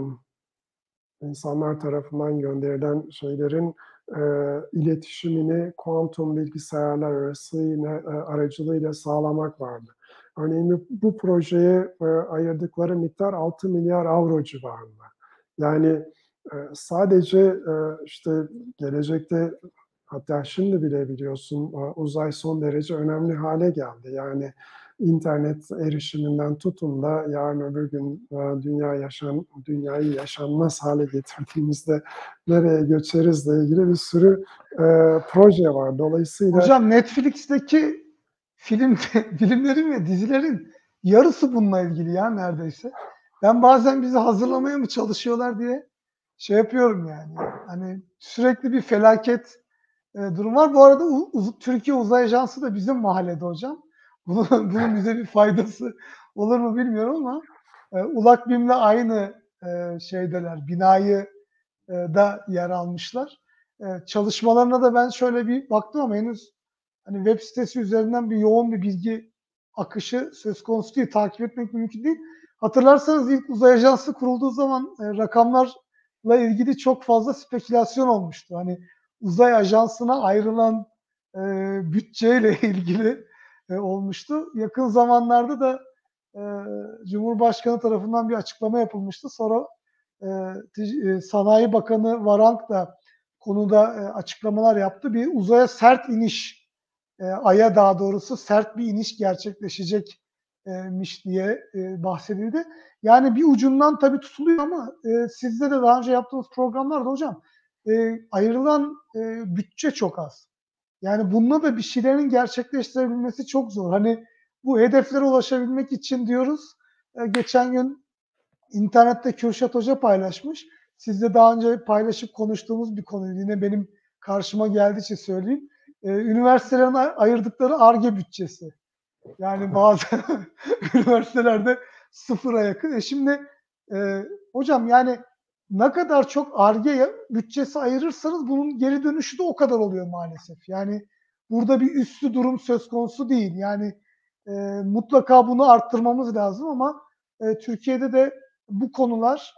insanlar tarafından gönderilen şeylerin iletişimini kuantum bilgisayarlar aracılığıyla sağlamak vardı. Örneğin bu projeye ayırdıkları miktar 6 milyar avro civarında. Yani sadece işte gelecekte, hatta şimdi bile biliyorsun uzay son derece önemli hale geldi. Yani internet erişiminden tutun da yarın öbür gün dünyayı yaşanmaz hale getirdiğimizde nereye göçerizle ilgili bir sürü proje var. Dolayısıyla Hocam Netflix'teki filmlerin ve dizilerin yarısı bununla ilgili ya neredeyse. Ben bazen bizi hazırlamaya mı çalışıyorlar diye şey yapıyorum yani. Hani sürekli bir felaket durum var. Bu arada Türkiye Uzay Ajansı da bizim mahallede hocam. Bunun bize bir faydası olur mu bilmiyorum ama Ulak BİM'le aynı şeydeler, binayı da yer almışlar. Çalışmalarına da ben şöyle bir baktım ama henüz hani web sitesi üzerinden bir yoğun bir bilgi akışı söz konusu değil. Takip etmek mümkün değil. Hatırlarsanız ilk uzay ajansı kurulduğu zaman rakamlarla ilgili çok fazla spekülasyon olmuştu. Hani uzay ajansına ayrılan bütçeyle ilgili olmuştu. Yakın zamanlarda da Cumhurbaşkanı tarafından bir açıklama yapılmıştı. Sonra Sanayi Bakanı Varank da konuda açıklamalar yaptı. Bir uzaya sert iniş, Ay'a daha doğrusu sert bir iniş gerçekleşecekmiş diye bahsedildi. Yani bir ucundan tabii tutuluyor ama sizde de daha önce yaptığımız programlarda hocam ayrılan bütçe çok az. Yani bununla da bir şeylerin gerçekleştirebilmesi çok zor. Hani bu hedeflere ulaşabilmek için diyoruz. Geçen gün İnternette Kürşat Hoca paylaşmış. Sizle daha önce paylaşıp konuştuğumuz bir konuydu. Yine benim karşıma geldiği için söyleyeyim. Üniversitelerin ayırdıkları Ar-Ge bütçesi. Yani bazı üniversitelerde sıfıra yakın. Şimdi hocam yani ne kadar çok Ar-Ge bütçesi ayırırsanız bunun geri dönüşü de o kadar oluyor maalesef. Yani burada bir üstü durum söz konusu değil. Yani mutlaka bunu arttırmamız lazım ama Türkiye'de de bu konular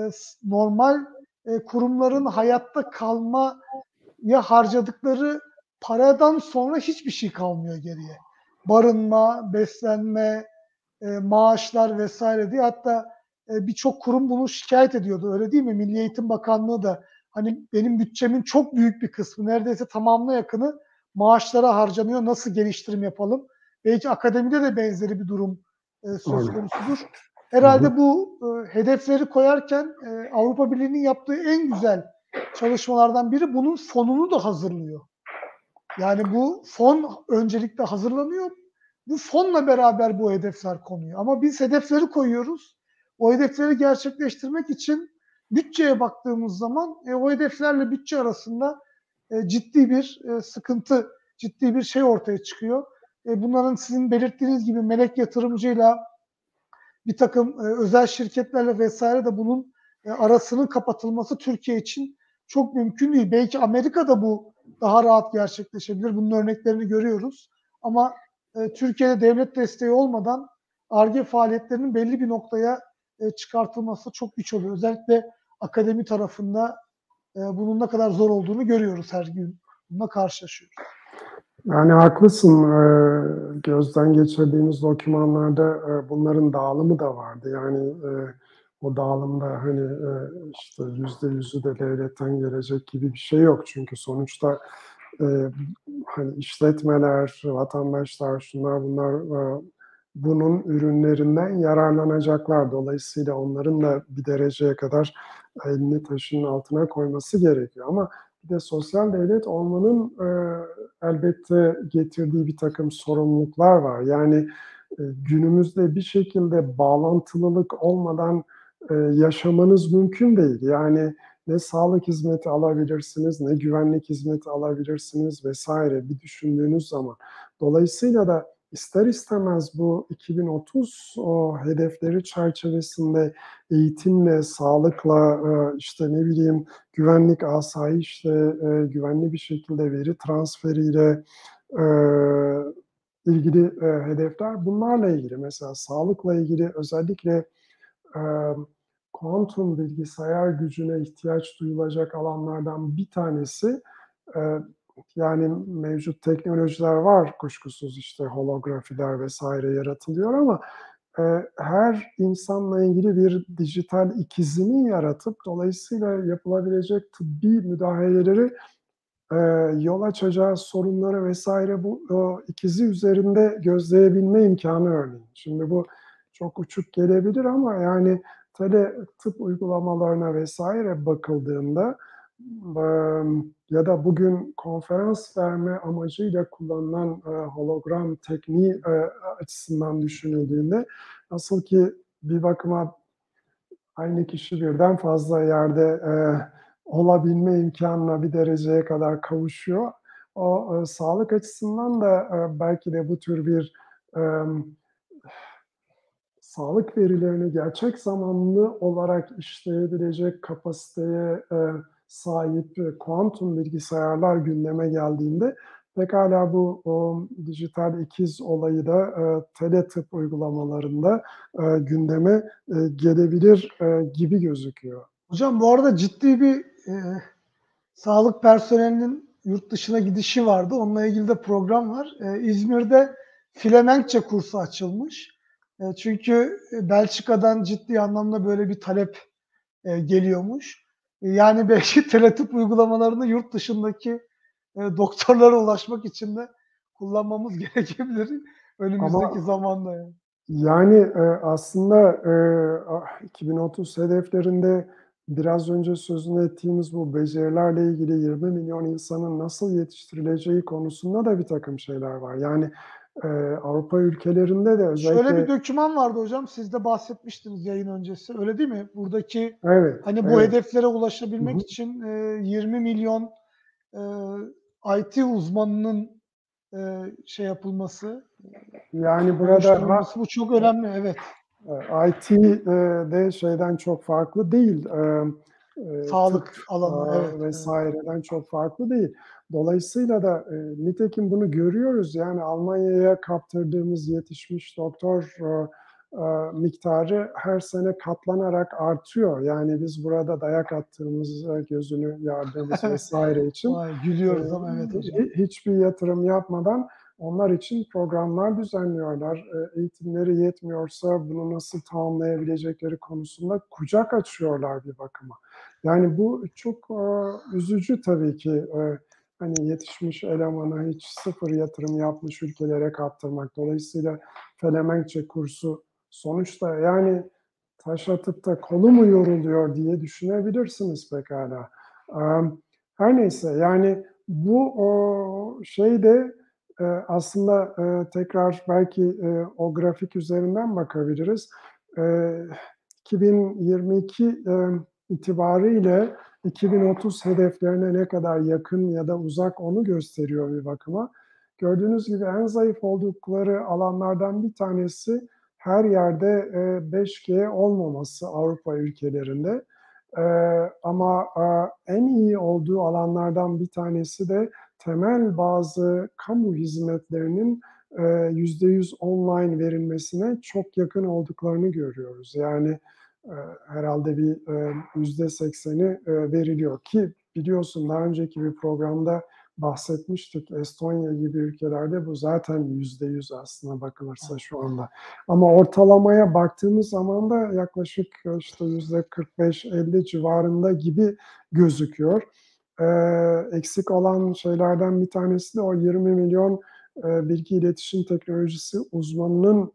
normal kurumların hayatta kalmaya harcadıkları paradan sonra hiçbir şey kalmıyor geriye. Barınma, beslenme, maaşlar vesaire diye. Hatta birçok kurum bunu şikayet ediyordu. Öyle değil mi? Milli Eğitim Bakanlığı da hani benim bütçemin çok büyük bir kısmı, neredeyse tamamına yakını maaşlara harcanıyor. Nasıl geliştirim yapalım? Belki akademide de benzeri bir durum söz Aynen. konusudur. Hı hı. Herhalde bu hedefleri koyarken Avrupa Birliği'nin yaptığı en güzel çalışmalardan biri bunun fonunu da hazırlıyor. Yani bu fon öncelikle hazırlanıyor. Bu fonla beraber bu hedefler konuyor. Ama biz hedefleri koyuyoruz. O hedefleri gerçekleştirmek için bütçeye baktığımız zaman o hedeflerle bütçe arasında ciddi bir sıkıntı, ciddi bir şey ortaya çıkıyor. Bunların sizin belirttiğiniz gibi melek yatırımcıyla bir takım özel şirketlerle vesaire de bunun arasının kapatılması Türkiye için çok mümkün değil. Belki Amerika'da bu daha rahat gerçekleşebilir. Bunun örneklerini görüyoruz. Ama Türkiye'de devlet desteği olmadan Ar-Ge faaliyetlerinin belli bir noktaya çıkartılması çok güç oluyor. Özellikle akademi tarafında bunun ne kadar zor olduğunu görüyoruz her gün. Bununla karşılaşıyoruz. Yani haklısın. Gözden geçirdiğimiz dokümanlarda bunların dağılımı da vardı. Yani o dağılımda hani işte %100'ü de devletten gelecek gibi bir şey yok. Çünkü sonuçta e, hani işletmeler, vatandaşlar, şunlar bunlar bunun ürünlerinden yararlanacaklar. Dolayısıyla onların da bir dereceye kadar elini taşın altına koyması gerekiyor. Ama bir de sosyal devlet olmanın elbette getirdiği bir takım sorumluluklar var. Yani günümüzde bir şekilde bağlantılılık olmadan yaşamanız mümkün değil. Yani ne sağlık hizmeti alabilirsiniz, ne güvenlik hizmeti alabilirsiniz vesaire bir düşündüğünüz zaman. Dolayısıyla da ister istemez bu 2030 o hedefleri çerçevesinde eğitimle, sağlıkla, işte ne bileyim güvenlik, asayişle, güvenli bir şekilde veri transferiyle ilgili hedefler bunlarla ilgili. Mesela sağlıkla ilgili özellikle kuantum bilgisayar gücüne ihtiyaç duyulacak alanlardan bir tanesi yani mevcut teknolojiler var kuşkusuz işte holografiler vesaire yaratılıyor ama her insanla ilgili bir dijital ikizini yaratıp dolayısıyla yapılabilecek tıbbi müdahaleleri yol açacağı sorunları vesaire bu o ikizi üzerinde gözleyebilme imkanı örneğin. Şimdi bu çok uçuk gelebilir ama yani tele tıp uygulamalarına vesaire bakıldığında ya da bugün konferans verme amacıyla kullanılan hologram tekniği açısından düşünüldüğünde nasıl ki bir bakıma aynı kişi birden fazla yerde olabilme imkanına bir dereceye kadar kavuşuyor. O sağlık açısından da belki de bu tür bir e, sağlık verilerini gerçek zamanlı olarak işleyebilecek kapasiteye sahip kuantum bilgisayarlar gündeme geldiğinde pekala bu o dijital ikiz olayı da teletıp uygulamalarında gündeme gelebilir gibi gözüküyor. Hocam bu arada ciddi bir sağlık personelinin yurt dışına gidişi vardı. Onunla ilgili de program var. İzmir'de Flemenkçe kursu açılmış. Çünkü Belçika'dan ciddi anlamda böyle bir talep geliyormuş. Yani belki teletıp uygulamalarını yurt dışındaki doktorlara ulaşmak için de kullanmamız gerekebilir Ama önümüzdeki zamanda. Yani. yani aslında 2030 hedeflerinde biraz önce sözünü ettiğimiz bu becerilerle ilgili 20 milyon insanın nasıl yetiştirileceği konusunda da bir takım şeyler var. Yani Avrupa ülkelerinde de Şöyle bir özellikle döküman vardı hocam. Siz de bahsetmiştiniz yayın öncesi. Öyle değil mi? Buradaki evet, hani bu evet. hedeflere Hı ulaşabilmek hı. için 20 milyon e, IT uzmanının şey yapılması, Yani burada oluşturulması bu çok önemli. Evet. IT de şeyden çok farklı değil. Sağlık tıp alanı, evet, evet. vesaireden çok farklı değil. Dolayısıyla da nitekim bunu görüyoruz. Yani Almanya'ya kaptırdığımız yetişmiş doktor miktarı her sene katlanarak artıyor. Yani biz burada dayak attığımız, gözünü yardığımız vesaire için Vay, gülüyoruz ama evet hocam. hiçbir yatırım yapmadan onlar için programlar düzenliyorlar. Eğitimleri yetmiyorsa bunu nasıl tamamlayabilecekleri konusunda kucak açıyorlar bir bakıma. Yani bu çok üzücü tabii ki. Hani yetişmiş elemana hiç sıfır yatırım yapmış ülkelere kaptırmak. Dolayısıyla Felemenkçe kursu sonuçta yani taş atıp da kolu mu yoruluyor diye düşünebilirsiniz pekala. Her neyse yani bu şeyde aslında tekrar belki o grafik üzerinden bakabiliriz. E, 2022 itibariyle 2030 hedeflerine ne kadar yakın ya da uzak onu gösteriyor bir bakıma. Gördüğünüz gibi en zayıf oldukları alanlardan bir tanesi her yerde 5G olmaması Avrupa ülkelerinde. Ama en iyi olduğu alanlardan bir tanesi de temel bazı kamu hizmetlerinin %100 online verilmesine çok yakın olduklarını görüyoruz. Yani herhalde bir %80'i veriliyor ki biliyorsun daha önceki bir programda bahsetmiştik. Estonya gibi ülkelerde bu zaten %100 aslına bakılırsa şu anda. Ama ortalamaya baktığımız zaman da yaklaşık işte %45-50 civarında gibi gözüküyor. Eksik olan şeylerden bir tanesi de o 20 milyon bilgi iletişim teknolojisi uzmanının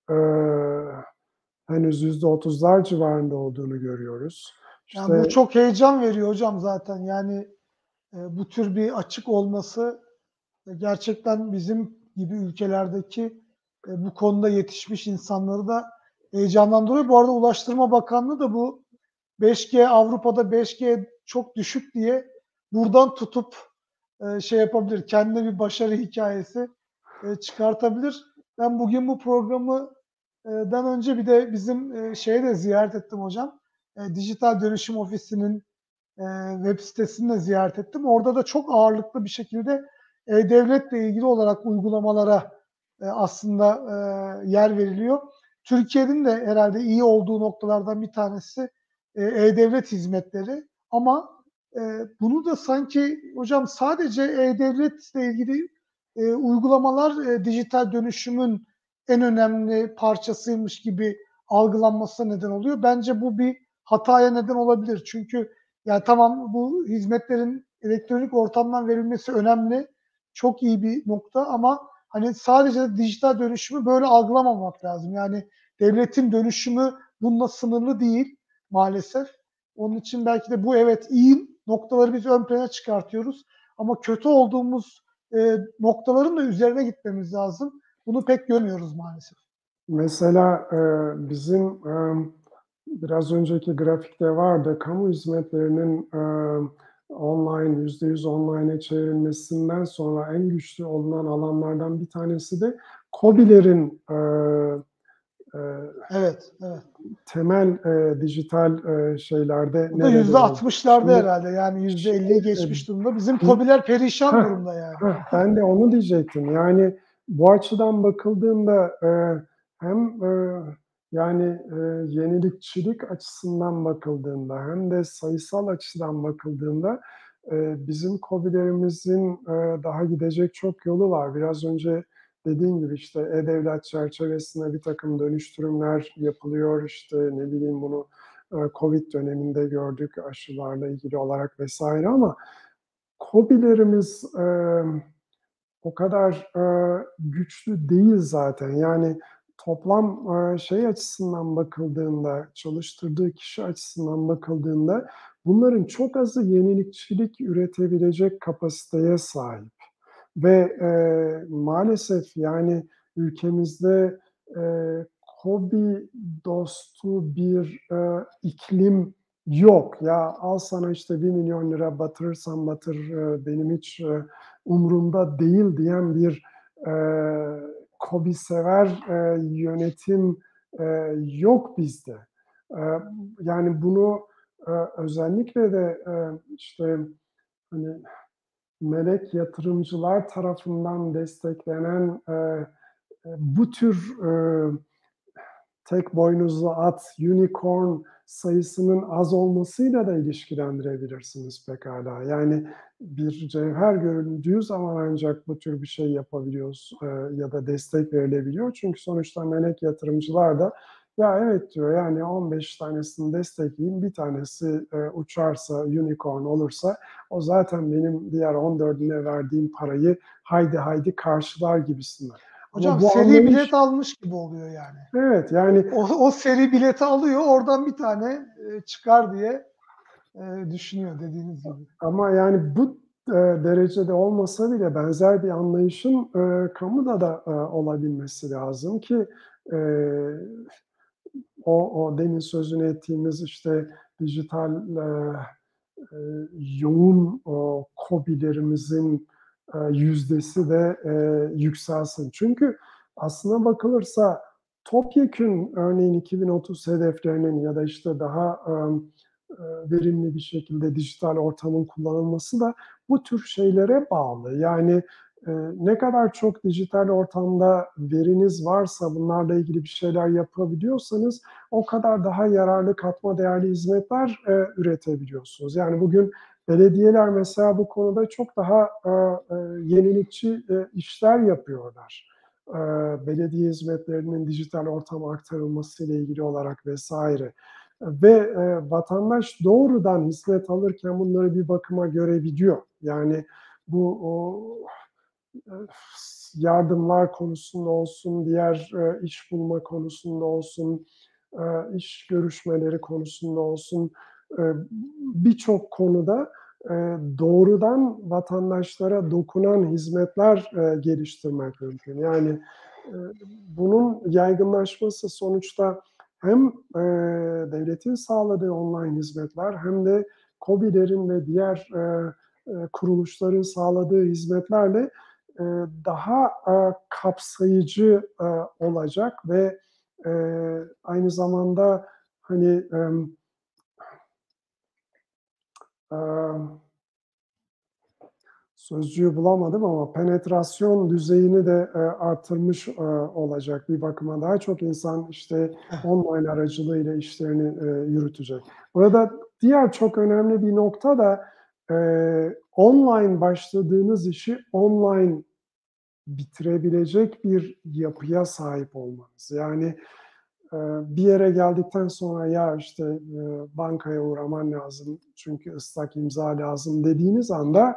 henüz %30'lar civarında olduğunu görüyoruz. Yani bu İşte çok heyecan veriyor hocam zaten. Yani bu tür bir açık olması gerçekten bizim gibi ülkelerdeki bu konuda yetişmiş insanları da heyecanlandırıyor. Bu arada Ulaştırma Bakanlığı da bu 5G Avrupa'da 5G çok düşük diye buradan tutup şey yapabilir. Kendine bir başarı hikayesi çıkartabilir. Ben bugün bu programı dan önce bir de bizim şeye de ziyaret ettim hocam. Dijital Dönüşüm Ofisi'nin web sitesini de ziyaret ettim. Orada da çok ağırlıklı bir şekilde devletle ilgili olarak uygulamalara aslında yer veriliyor. Türkiye'nin de herhalde iyi olduğu noktalardan bir tanesi e-devlet hizmetleri. Ama bunu da sanki hocam sadece e-devletle ilgili uygulamalar dijital dönüşümün en önemli parçasıymış gibi algılanmasına neden oluyor. Bence bu bir hataya neden olabilir. Çünkü yani tamam bu hizmetlerin elektronik ortamdan verilmesi önemli. Çok iyi bir nokta ama hani sadece dijital dönüşümü böyle algılamamak lazım. Yani devletin dönüşümü bununla sınırlı değil maalesef. Onun için belki de bu evet iyi noktaları biz ön plana çıkartıyoruz. Ama kötü olduğumuz noktaların da üzerine gitmemiz lazım. Bunu pek görmüyoruz maalesef. mesela bizim biraz önceki grafikte vardı. Kamu hizmetlerinin online, %100 online'e çevrilmesinden sonra en güçlü olunan alanlardan bir tanesi de KOBİ'lerin e, Evet, evet. temel dijital şeylerde Bu da nerede yüzde olduğu. altmışlarda herhalde. Yani %50'yi Şimdi geçmiş durumda. Bizim biz, KOBİ'ler perişan heh, durumda yani. ben de onu diyecektim. Yani bu açıdan bakıldığında hem yani yenilikçilik açısından bakıldığında hem de sayısal açıdan bakıldığında bizim KOBİ'lerimizin daha gidecek çok yolu var. Biraz önce dediğim gibi işte e-devlet çerçevesinde bir takım dönüştürümler yapılıyor. İşte ne bileyim bunu Covid döneminde gördük aşılarla ilgili olarak vesaire ama KOBİ'lerimiz o kadar güçlü değil zaten. Yani toplam şey açısından bakıldığında, çalıştırdığı kişi açısından bakıldığında bunların çok azı yenilikçilik üretebilecek kapasiteye sahip. Ve maalesef yani ülkemizde e, KOBİ dostu bir iklim yok. Ya al sana işte 1 milyon lira batırırsan batır benim hiç umurumda değil diyen bir e, KOBİ sever yönetim yok bizde. E, yani bunu özellikle de işte hani melek yatırımcılar tarafından desteklenen bu tür tek boynuzlu at, unicorn sayısının az olmasıyla da ilişkilendirebilirsiniz pekala. Yani bir cevher görüldüğü zaman ancak bu tür bir şey yapabiliyoruz ya da destek verilebiliyor. Çünkü sonuçta melek yatırımcılar da ya evet diyor yani 15 tanesini destekleyeyim, bir tanesi uçarsa, unicorn olursa o zaten benim diğer 14'üne verdiğim parayı haydi haydi karşılar gibisinden. Ama Hocam bu seri anlayış bilet almış gibi oluyor yani. evet yani O seri bileti alıyor, oradan bir tane çıkar diye düşünüyor dediğiniz gibi. ama yani bu derecede olmasa bile benzer bir anlayışın kamuda da olabilmesi lazım ki e, o demin sözünü ettiğimiz işte dijital e, yoğun KOBİ'lerimizin yüzdesi de yükselsin. Çünkü aslına bakılırsa topyekün örneğin 2030 hedeflerinin ya da işte daha verimli bir şekilde dijital ortamın kullanılması da bu tür şeylere bağlı. Yani ne kadar çok dijital ortamda veriniz varsa, bunlarla ilgili bir şeyler yapabiliyorsanız o kadar daha yararlı, katma değerli hizmetler üretebiliyorsunuz. Yani bugün belediyeler mesela bu konuda çok daha yenilikçi işler yapıyorlar. Belediye hizmetlerinin dijital ortama aktarılması ile ilgili olarak vesaire. Ve vatandaş doğrudan hizmet alırken bunları bir bakıma görebiliyor. Yani bu yardımlar konusunda olsun, diğer iş bulma konusunda olsun, iş görüşmeleri konusunda olsun, birçok konuda doğrudan vatandaşlara dokunan hizmetler geliştirmek mümkün. Yani bunun yaygınlaşması sonuçta hem devletin sağladığı online hizmetler hem de KOBİ'lerin ve diğer kuruluşların sağladığı hizmetlerle daha kapsayıcı olacak ve aynı zamanda hani sözcüğü bulamadım ama penetrasyon düzeyini de artırmış olacak bir bakıma. Daha çok insan işte online aracılığıyla işlerini yürütecek. Burada diğer çok önemli bir nokta da online başladığınız işi online bitirebilecek bir yapıya sahip olmanız. Yani bir yere geldikten sonra ya işte bankaya uğraman lazım çünkü ıslak imza lazım dediğiniz anda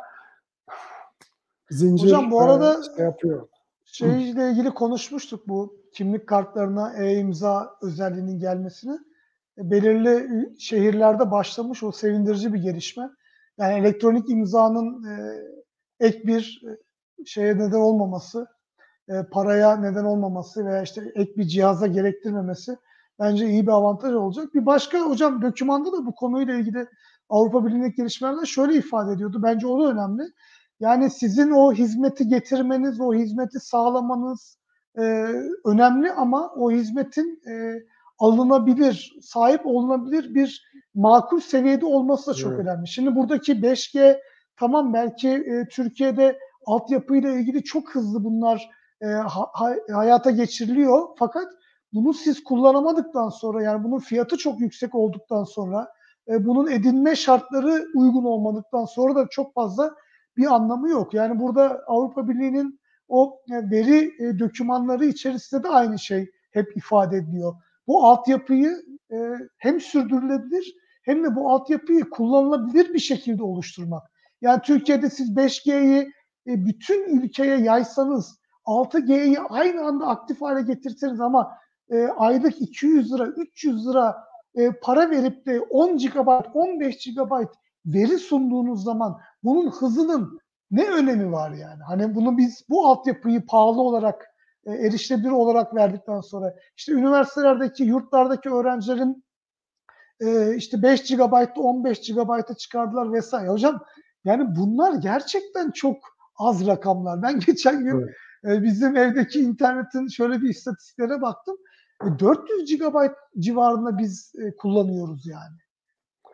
Hocam zincir bu arada şey yapıyor. şeyle ilgili konuşmuştuk, bu kimlik kartlarına e-imza özelliğinin gelmesini. Belirli şehirlerde başlamış, o sevindirici bir gelişme. Yani elektronik imzanın ek bir şeye neden olmaması, paraya neden olmaması veya işte ek bir cihaza gerektirmemesi bence iyi bir avantaj olacak. Bir başka hocam dokümanda da bu konuyla ilgili Avrupa Birliği'ndeki gelişmelerden şöyle ifade ediyordu. Bence o da önemli. Yani sizin o hizmeti getirmeniz, o hizmeti sağlamanız e, önemli ama o hizmetin alınabilir, sahip olunabilir bir makul seviyede olması da çok Evet. önemli. Şimdi buradaki 5G tamam, belki Türkiye'de altyapıyla ilgili çok hızlı bunlar hayata geçiriliyor. Fakat bunu siz kullanamadıktan sonra, yani bunun fiyatı çok yüksek olduktan sonra, bunun edinme şartları uygun olmadıktan sonra da çok fazla bir anlamı yok. Yani burada Avrupa Birliği'nin o veri dokümanları içerisinde de aynı şey hep ifade ediliyor. Bu altyapıyı hem sürdürülebilir hem de bu altyapıyı kullanılabilir bir şekilde oluşturmak. Yani Türkiye'de siz 5G'yi bütün ülkeye yaysanız, 6G'yi aynı anda aktif hale getirseniz ama aylık 200 lira, 300 lira para verip de 10 GB, 15 GB veri sunduğunuz zaman bunun hızının ne önemi var yani? Hani bunu biz bu altyapıyı pahalı olarak, erişilebilir olarak verdikten sonra işte üniversitelerdeki, yurtlardaki öğrencilerin işte 5 GB'da 15 GB'a çıkardılar vesaire. Hocam yani bunlar gerçekten çok az rakamlar. Ben geçen gün Evet. bizim evdeki internetin şöyle bir istatistiklere baktım. 400 GB civarında biz kullanıyoruz yani.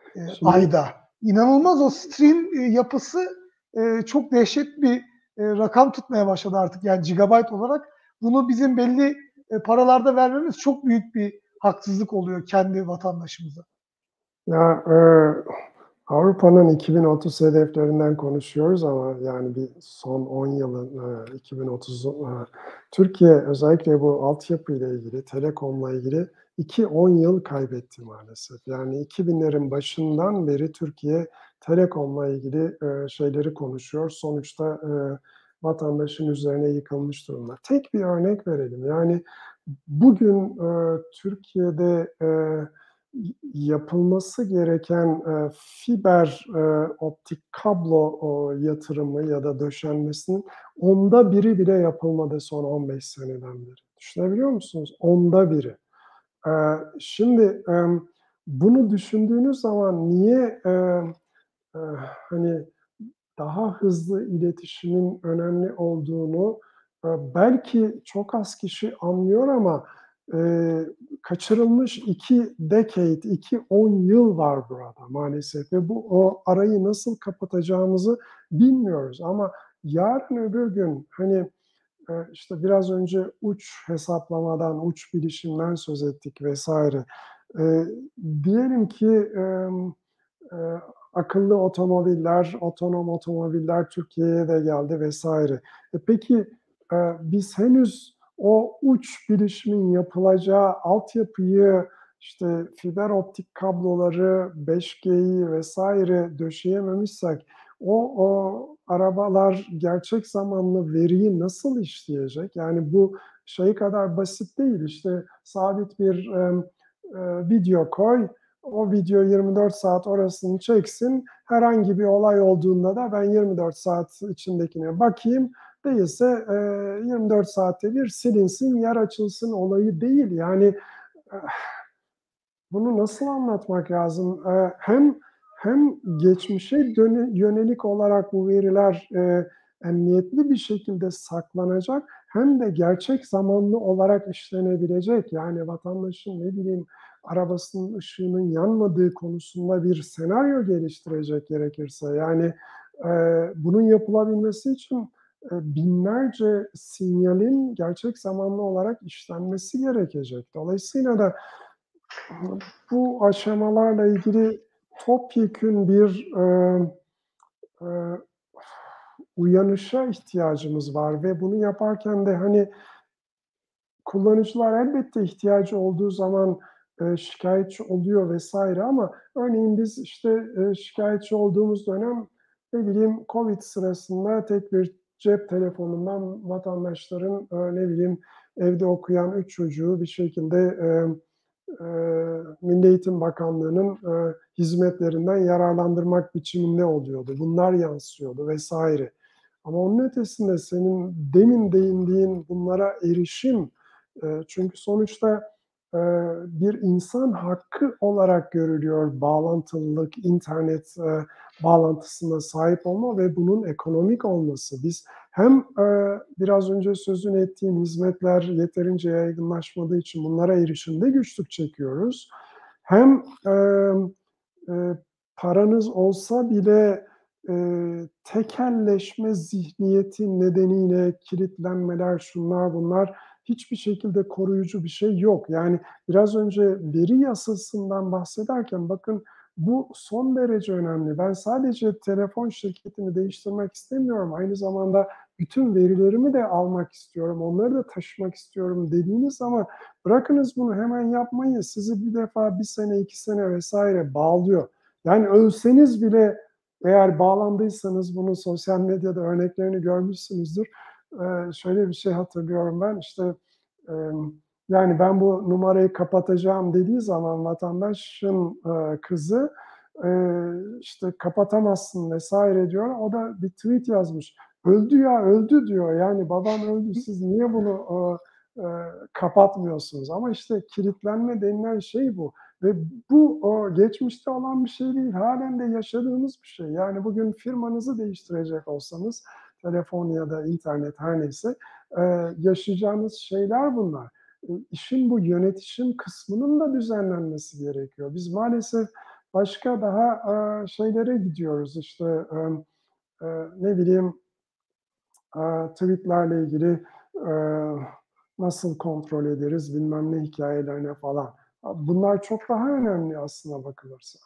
Şimdi ayda. İnanılmaz o stream yapısı çok dehşet bir rakam tutmaya başladı artık. Yani gigabyte olarak bunu bizim belli paralarda vermemiz çok büyük bir haksızlık oluyor kendi vatandaşımıza. ya Avrupa'nın 2030 hedeflerinden konuşuyoruz ama yani bir son 10 yılın 2030 Türkiye özellikle bu altyapı ile ilgili, telekomla ilgili 2-10 yıl kaybetti maalesef. Yani 2000'lerin başından beri Türkiye telekomla ilgili şeyleri konuşuyor. Sonuçta vatandaşın üzerine yıkılmış durumda. Tek bir örnek verelim. Yani bugün Türkiye'de yapılması gereken fiber optik kablo yatırımı ya da döşenmesinin 1/10 bile yapılmadı son 15 seneden beri. Düşünebiliyor musunuz? 1/10. Şimdi bunu düşündüğünüz zaman niye hani daha hızlı iletişimin önemli olduğunu belki çok az kişi anlıyor ama kaçırılmış 2 decade, 2-10 yıl var burada maalesef ve o arayı nasıl kapatacağımızı bilmiyoruz. Ama yarın öbür gün hani işte biraz önce uç hesaplamadan, uç bilişimden söz ettik vesaire. Diyelim ki akıllı otomobiller, otonom otomobiller Türkiye'ye de geldi vesaire. Peki biz henüz o uç bilişimin yapılacağı altyapıyı işte fiber optik kabloları, 5G'yi vesaire döşeyememişsek o arabalar gerçek zamanlı veriyi nasıl işleyecek? Yani bu şey kadar basit değil. İşte sabit bir video koy, o video 24 saat orasını çeksin. Herhangi bir olay olduğunda da ben 24 saat içindekine bakayım. Değilse 24 saatte bir silinsin, yer açılsın olayı değil. Yani bunu nasıl anlatmak lazım? Hem geçmişe yönelik olarak bu veriler emniyetli bir şekilde saklanacak, hem de gerçek zamanlı olarak işlenebilecek. Yani vatandaşın ne bileyim arabasının ışığının yanmadığı konusunda bir senaryo geliştirecek gerekirse. Yani bunun yapılabilmesi için binlerce sinyalin gerçek zamanlı olarak işlenmesi gerekecek. Dolayısıyla da bu aşamalarla ilgili topyekün bir e, uyanışa ihtiyacımız var ve bunu yaparken de hani kullanıcılar elbette ihtiyacı olduğu zaman şikayetçi oluyor vesaire ama örneğin biz işte şikayetçi olduğumuz dönem ne bileyim Covid sırasında tek bir cep telefonundan vatandaşların ne bileyim evde okuyan 3 çocuğu bir şekilde Milli Eğitim Bakanlığı'nın hizmetlerinden yararlandırmak biçiminde oluyordu. Bunlar yansıyordu vesaire. Ama onun ötesinde senin demin değindiğin bunlara erişim, çünkü sonuçta bir insan hakkı olarak görülüyor bağlantılılık, internet bağlantısına sahip olma ve bunun ekonomik olması. Biz hem biraz önce sözünü ettiğim hizmetler yeterince yaygınlaşmadığı için bunlara erişimde güçlük çekiyoruz. Hem e, paranız olsa bile tekelleşme zihniyeti nedeniyle kilitlenmeler, şunlar bunlar hiçbir şekilde koruyucu bir şey yok. Yani biraz önce veri yasasından bahsederken bakın bu son derece önemli. Ben sadece telefon şirketini değiştirmek istemiyorum. Aynı zamanda bütün verilerimi de almak istiyorum. Onları da taşımak istiyorum dediğiniz zaman bırakınız bunu hemen yapmayı. Sizi bir defa 1 sene, 2 sene vesaire bağlıyor. Yani ölseniz bile eğer bağlandıysanız bunu sosyal medyada örneklerini görmüşsünüzdür. Şöyle bir şey hatırlıyorum ben işte yani ben bu numarayı kapatacağım dediği zaman vatandaşın kızı işte kapatamazsın vesaire diyor. O da bir tweet yazmış. Öldü ya öldü diyor. Yani babam öldü siz niye bunu kapatmıyorsunuz? Ama işte kilitlenme denilen şey bu. Ve bu geçmişte olan bir şey değil. Halen de yaşadığımız bir şey. Yani bugün firmanızı değiştirecek olsanız telefon ya da internet her neyse yaşayacağınız şeyler bunlar. İşin bu yönetişim kısmının da düzenlenmesi gerekiyor. Biz maalesef Başka daha şeylere gidiyoruz işte ne bileyim tweetlerle ilgili e, nasıl kontrol ederiz bilmem ne hikayelerine falan. Bunlar çok daha önemli aslına bakılırsa.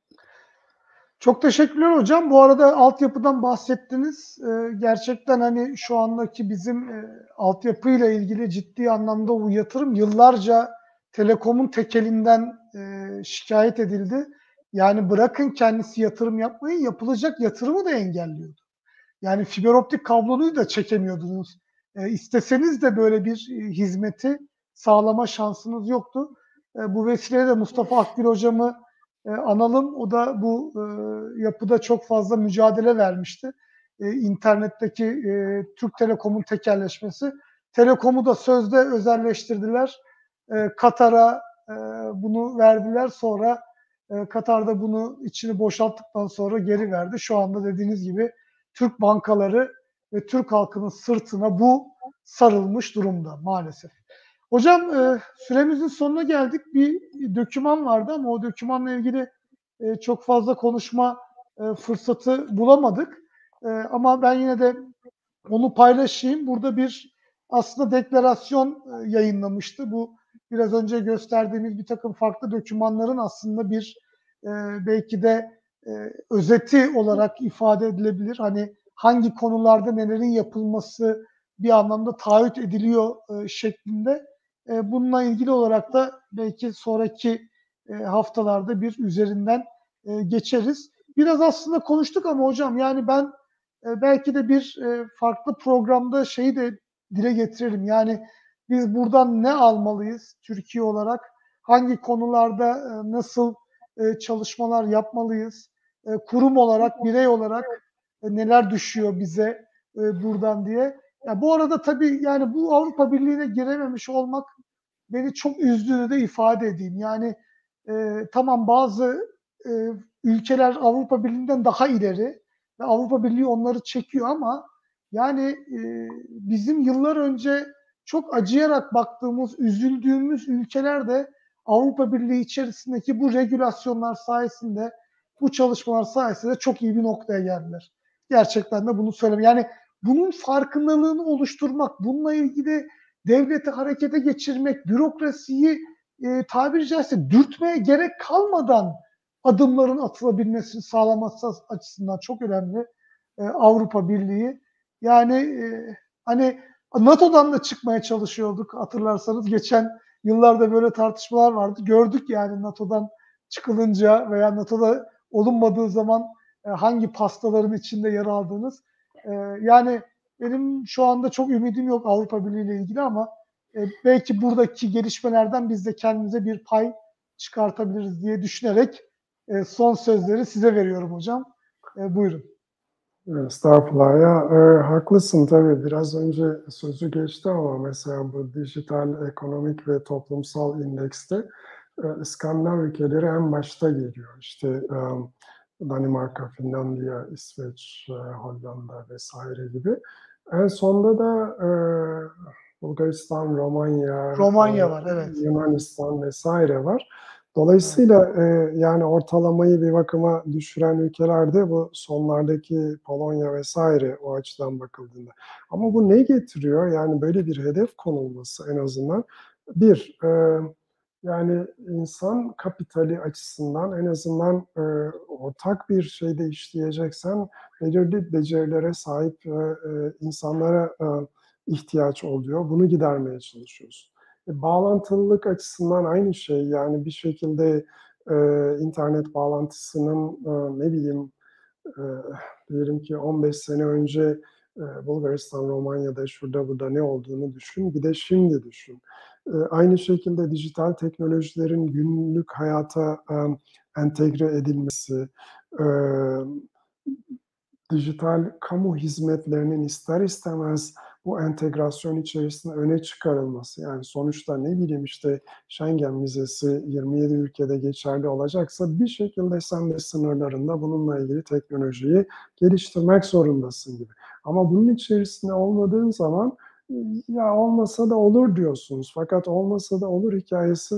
Çok teşekkürler hocam. Bu arada altyapıdan bahsettiniz. Gerçekten hani şu andaki bizim altyapıyla ilgili ciddi anlamda bu yatırım yıllarca Telekom'un tekelinden şikayet edildi. Yani bırakın kendisi yatırım yapmayı, yapılacak yatırımı da engelliyordu. Yani fiber optik kabloyu da çekemiyordunuz. İsteseniz de böyle bir hizmeti sağlama şansınız yoktu. Bu vesileyle de Mustafa Akgül hocamı analım. O da bu yapıda çok fazla mücadele vermişti. İnternetteki Türk Telekom'un tekelleşmesi. Telekom'u da sözde özelleştirdiler. Katar'a bunu verdiler. Sonra Katar'da bunu içini boşalttıktan sonra geri verdi. Şu anda dediğiniz gibi Türk bankaları ve Türk halkının sırtına bu sarılmış durumda maalesef. Hocam süremizin sonuna geldik. Bir döküman vardı ama o dökümanla ilgili çok fazla konuşma fırsatı bulamadık. Ama ben yine de onu paylaşayım. Burada bir aslında deklarasyon yayınlamıştı. Bu biraz önce gösterdiğimiz bir takım farklı dokümanların aslında bir belki de özeti olarak ifade edilebilir. Hani hangi konularda nelerin yapılması bir anlamda taahhüt ediliyor şeklinde. Bununla ilgili olarak da belki sonraki haftalarda bir üzerinden geçeriz. Biraz aslında konuştuk ama hocam yani ben belki de bir farklı programda şeyi de dile getirelim. Yani biz buradan ne almalıyız Türkiye olarak? Hangi konularda nasıl çalışmalar yapmalıyız? Kurum olarak, birey olarak neler düşüyor bize buradan diye. Ya bu arada tabii yani bu Avrupa Birliği'ne girememiş olmak beni çok üzdüğünü de ifade edeyim. Yani tamam bazı ülkeler Avrupa Birliği'nden daha ileri ve Avrupa Birliği onları çekiyor ama yani bizim yıllar önce çok acıyarak baktığımız, üzüldüğümüz ülkeler de Avrupa Birliği içerisindeki bu regülasyonlar sayesinde, bu çalışmalar sayesinde çok iyi bir noktaya geldiler. Gerçekten de bunu söyleyeyim. Yani bunun farkındalığını oluşturmak, bununla ilgili devleti harekete geçirmek, bürokrasiyi tabiri caizse dürtmeye gerek kalmadan adımların atılabilmesini sağlaması açısından çok önemli Avrupa Birliği. Yani hani NATO'dan da çıkmaya çalışıyorduk hatırlarsanız. Geçen yıllarda böyle tartışmalar vardı. Gördük yani NATO'dan çıkılınca veya NATO'da olunmadığı zaman hangi pastaların içinde yer aldığınız. Yani benim şu anda çok ümidim yok Avrupa Birliği ile ilgili ama belki buradaki gelişmelerden biz de kendimize bir pay çıkartabiliriz diye düşünerek son sözleri size veriyorum hocam. Buyurun. Estağfurullah ya haklısın tabii biraz önce sözü geçti ama mesela bu dijital ekonomik ve toplumsal indekste İskandinav ülkeleri en başta geliyor. İşte Danimarka, Finlandiya, İsveç, Hollanda vesaire gibi. En sonda da Bulgaristan, Romanya, Romanya var, evet. Yunanistan vesaire var. Dolayısıyla yani ortalamayı bir bakıma düşüren ülkelerde bu sonlardaki Polonya vesaire o açıdan bakıldığında. Ama bu ne getiriyor? Yani böyle bir hedef konulması en azından. Bir, yani insan kapitali açısından en azından ortak bir şeyde işleyeceksen belirli becerilere sahip insanlara ihtiyaç oluyor. Bunu gidermeye çalışıyorsun. Bağlantılılık açısından aynı şey. Yani bir şekilde internet bağlantısının ne bileyim e, diyelim ki 15 sene önce Bulgaristan, Romanya'da şurada burada ne olduğunu düşün. Bir de şimdi düşün. Aynı şekilde dijital teknolojilerin günlük hayata entegre edilmesi, dijital kamu hizmetlerinin ister istemez bu entegrasyon içerisinde öne çıkarılması. Yani sonuçta ne bileyim işte Schengen vizesi 27 ülkede geçerli olacaksa bir şekilde sen de sınırlarında bununla ilgili teknolojiyi geliştirmek zorundasın gibi. Ama bunun içerisinde olmadığın zaman ya olmasa da olur diyorsunuz. Fakat olmasa da olur hikayesi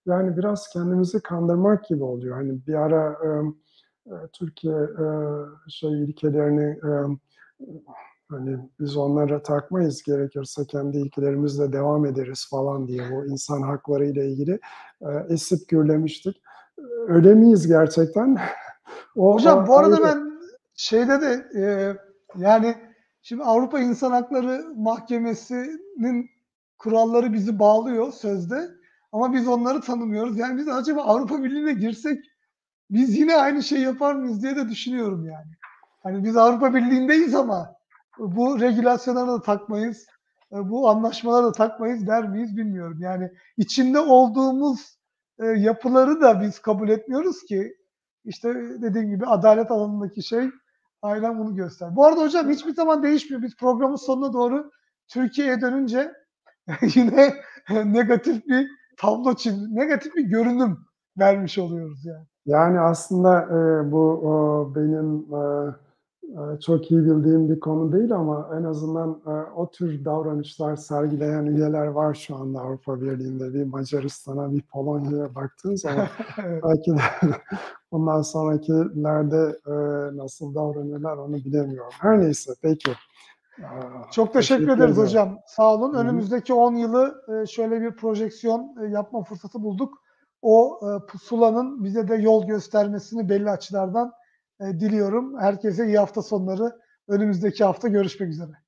Yani biraz kendimizi kandırmak gibi oluyor. Hani bir ara Türkiye ilkelerini hani biz onlara takmayız, gerekirse kendi ilkelerimizle devam ederiz falan diye bu insan hakları ile ilgili esip gürlemiştik. Öyle miyiz gerçekten? Hocam O bu arada ayrı. ben şeyde de yani şimdi Avrupa İnsan Hakları Mahkemesi'nin kuralları bizi bağlıyor sözde ama biz onları tanımıyoruz. Yani biz acaba Avrupa Birliği'ne girsek biz yine aynı şey yapar mıyız diye de düşünüyorum yani. Hani biz Avrupa Birliği'ndeyiz ama bu regülasyonlara da takmayız, bu anlaşmalara da takmayız der miyiz bilmiyorum. Yani içinde olduğumuz yapıları da biz kabul etmiyoruz ki. İşte dediğim gibi adalet alanındaki şey aynen bunu göster. Bu arada hocam hiçbir zaman değişmiyor. Biz programın sonuna doğru Türkiye'ye dönünce yine negatif bir tablo negatif bir görünüm vermiş oluyoruz yani. Yani aslında benim çok iyi bildiğim bir konu değil ama en azından o tür davranışlar sergileyen üyeler var şu anda Avrupa Birliği'nde. Bir Macaristan'a, bir Polonya'ya baktığın zaman Evet. belki de bundan sonrakilerde nasıl davranırlar onu bilemiyorum. Her neyse, peki. Çok teşekkür Teşekkür ederiz ederim. hocam. Sağ olun. Hı hı. Önümüzdeki 10 yılı şöyle bir projeksiyon yapma fırsatı bulduk. O pusulanın bize de yol göstermesini belli açılardan diliyorum. Herkese iyi hafta sonları. Önümüzdeki hafta görüşmek üzere.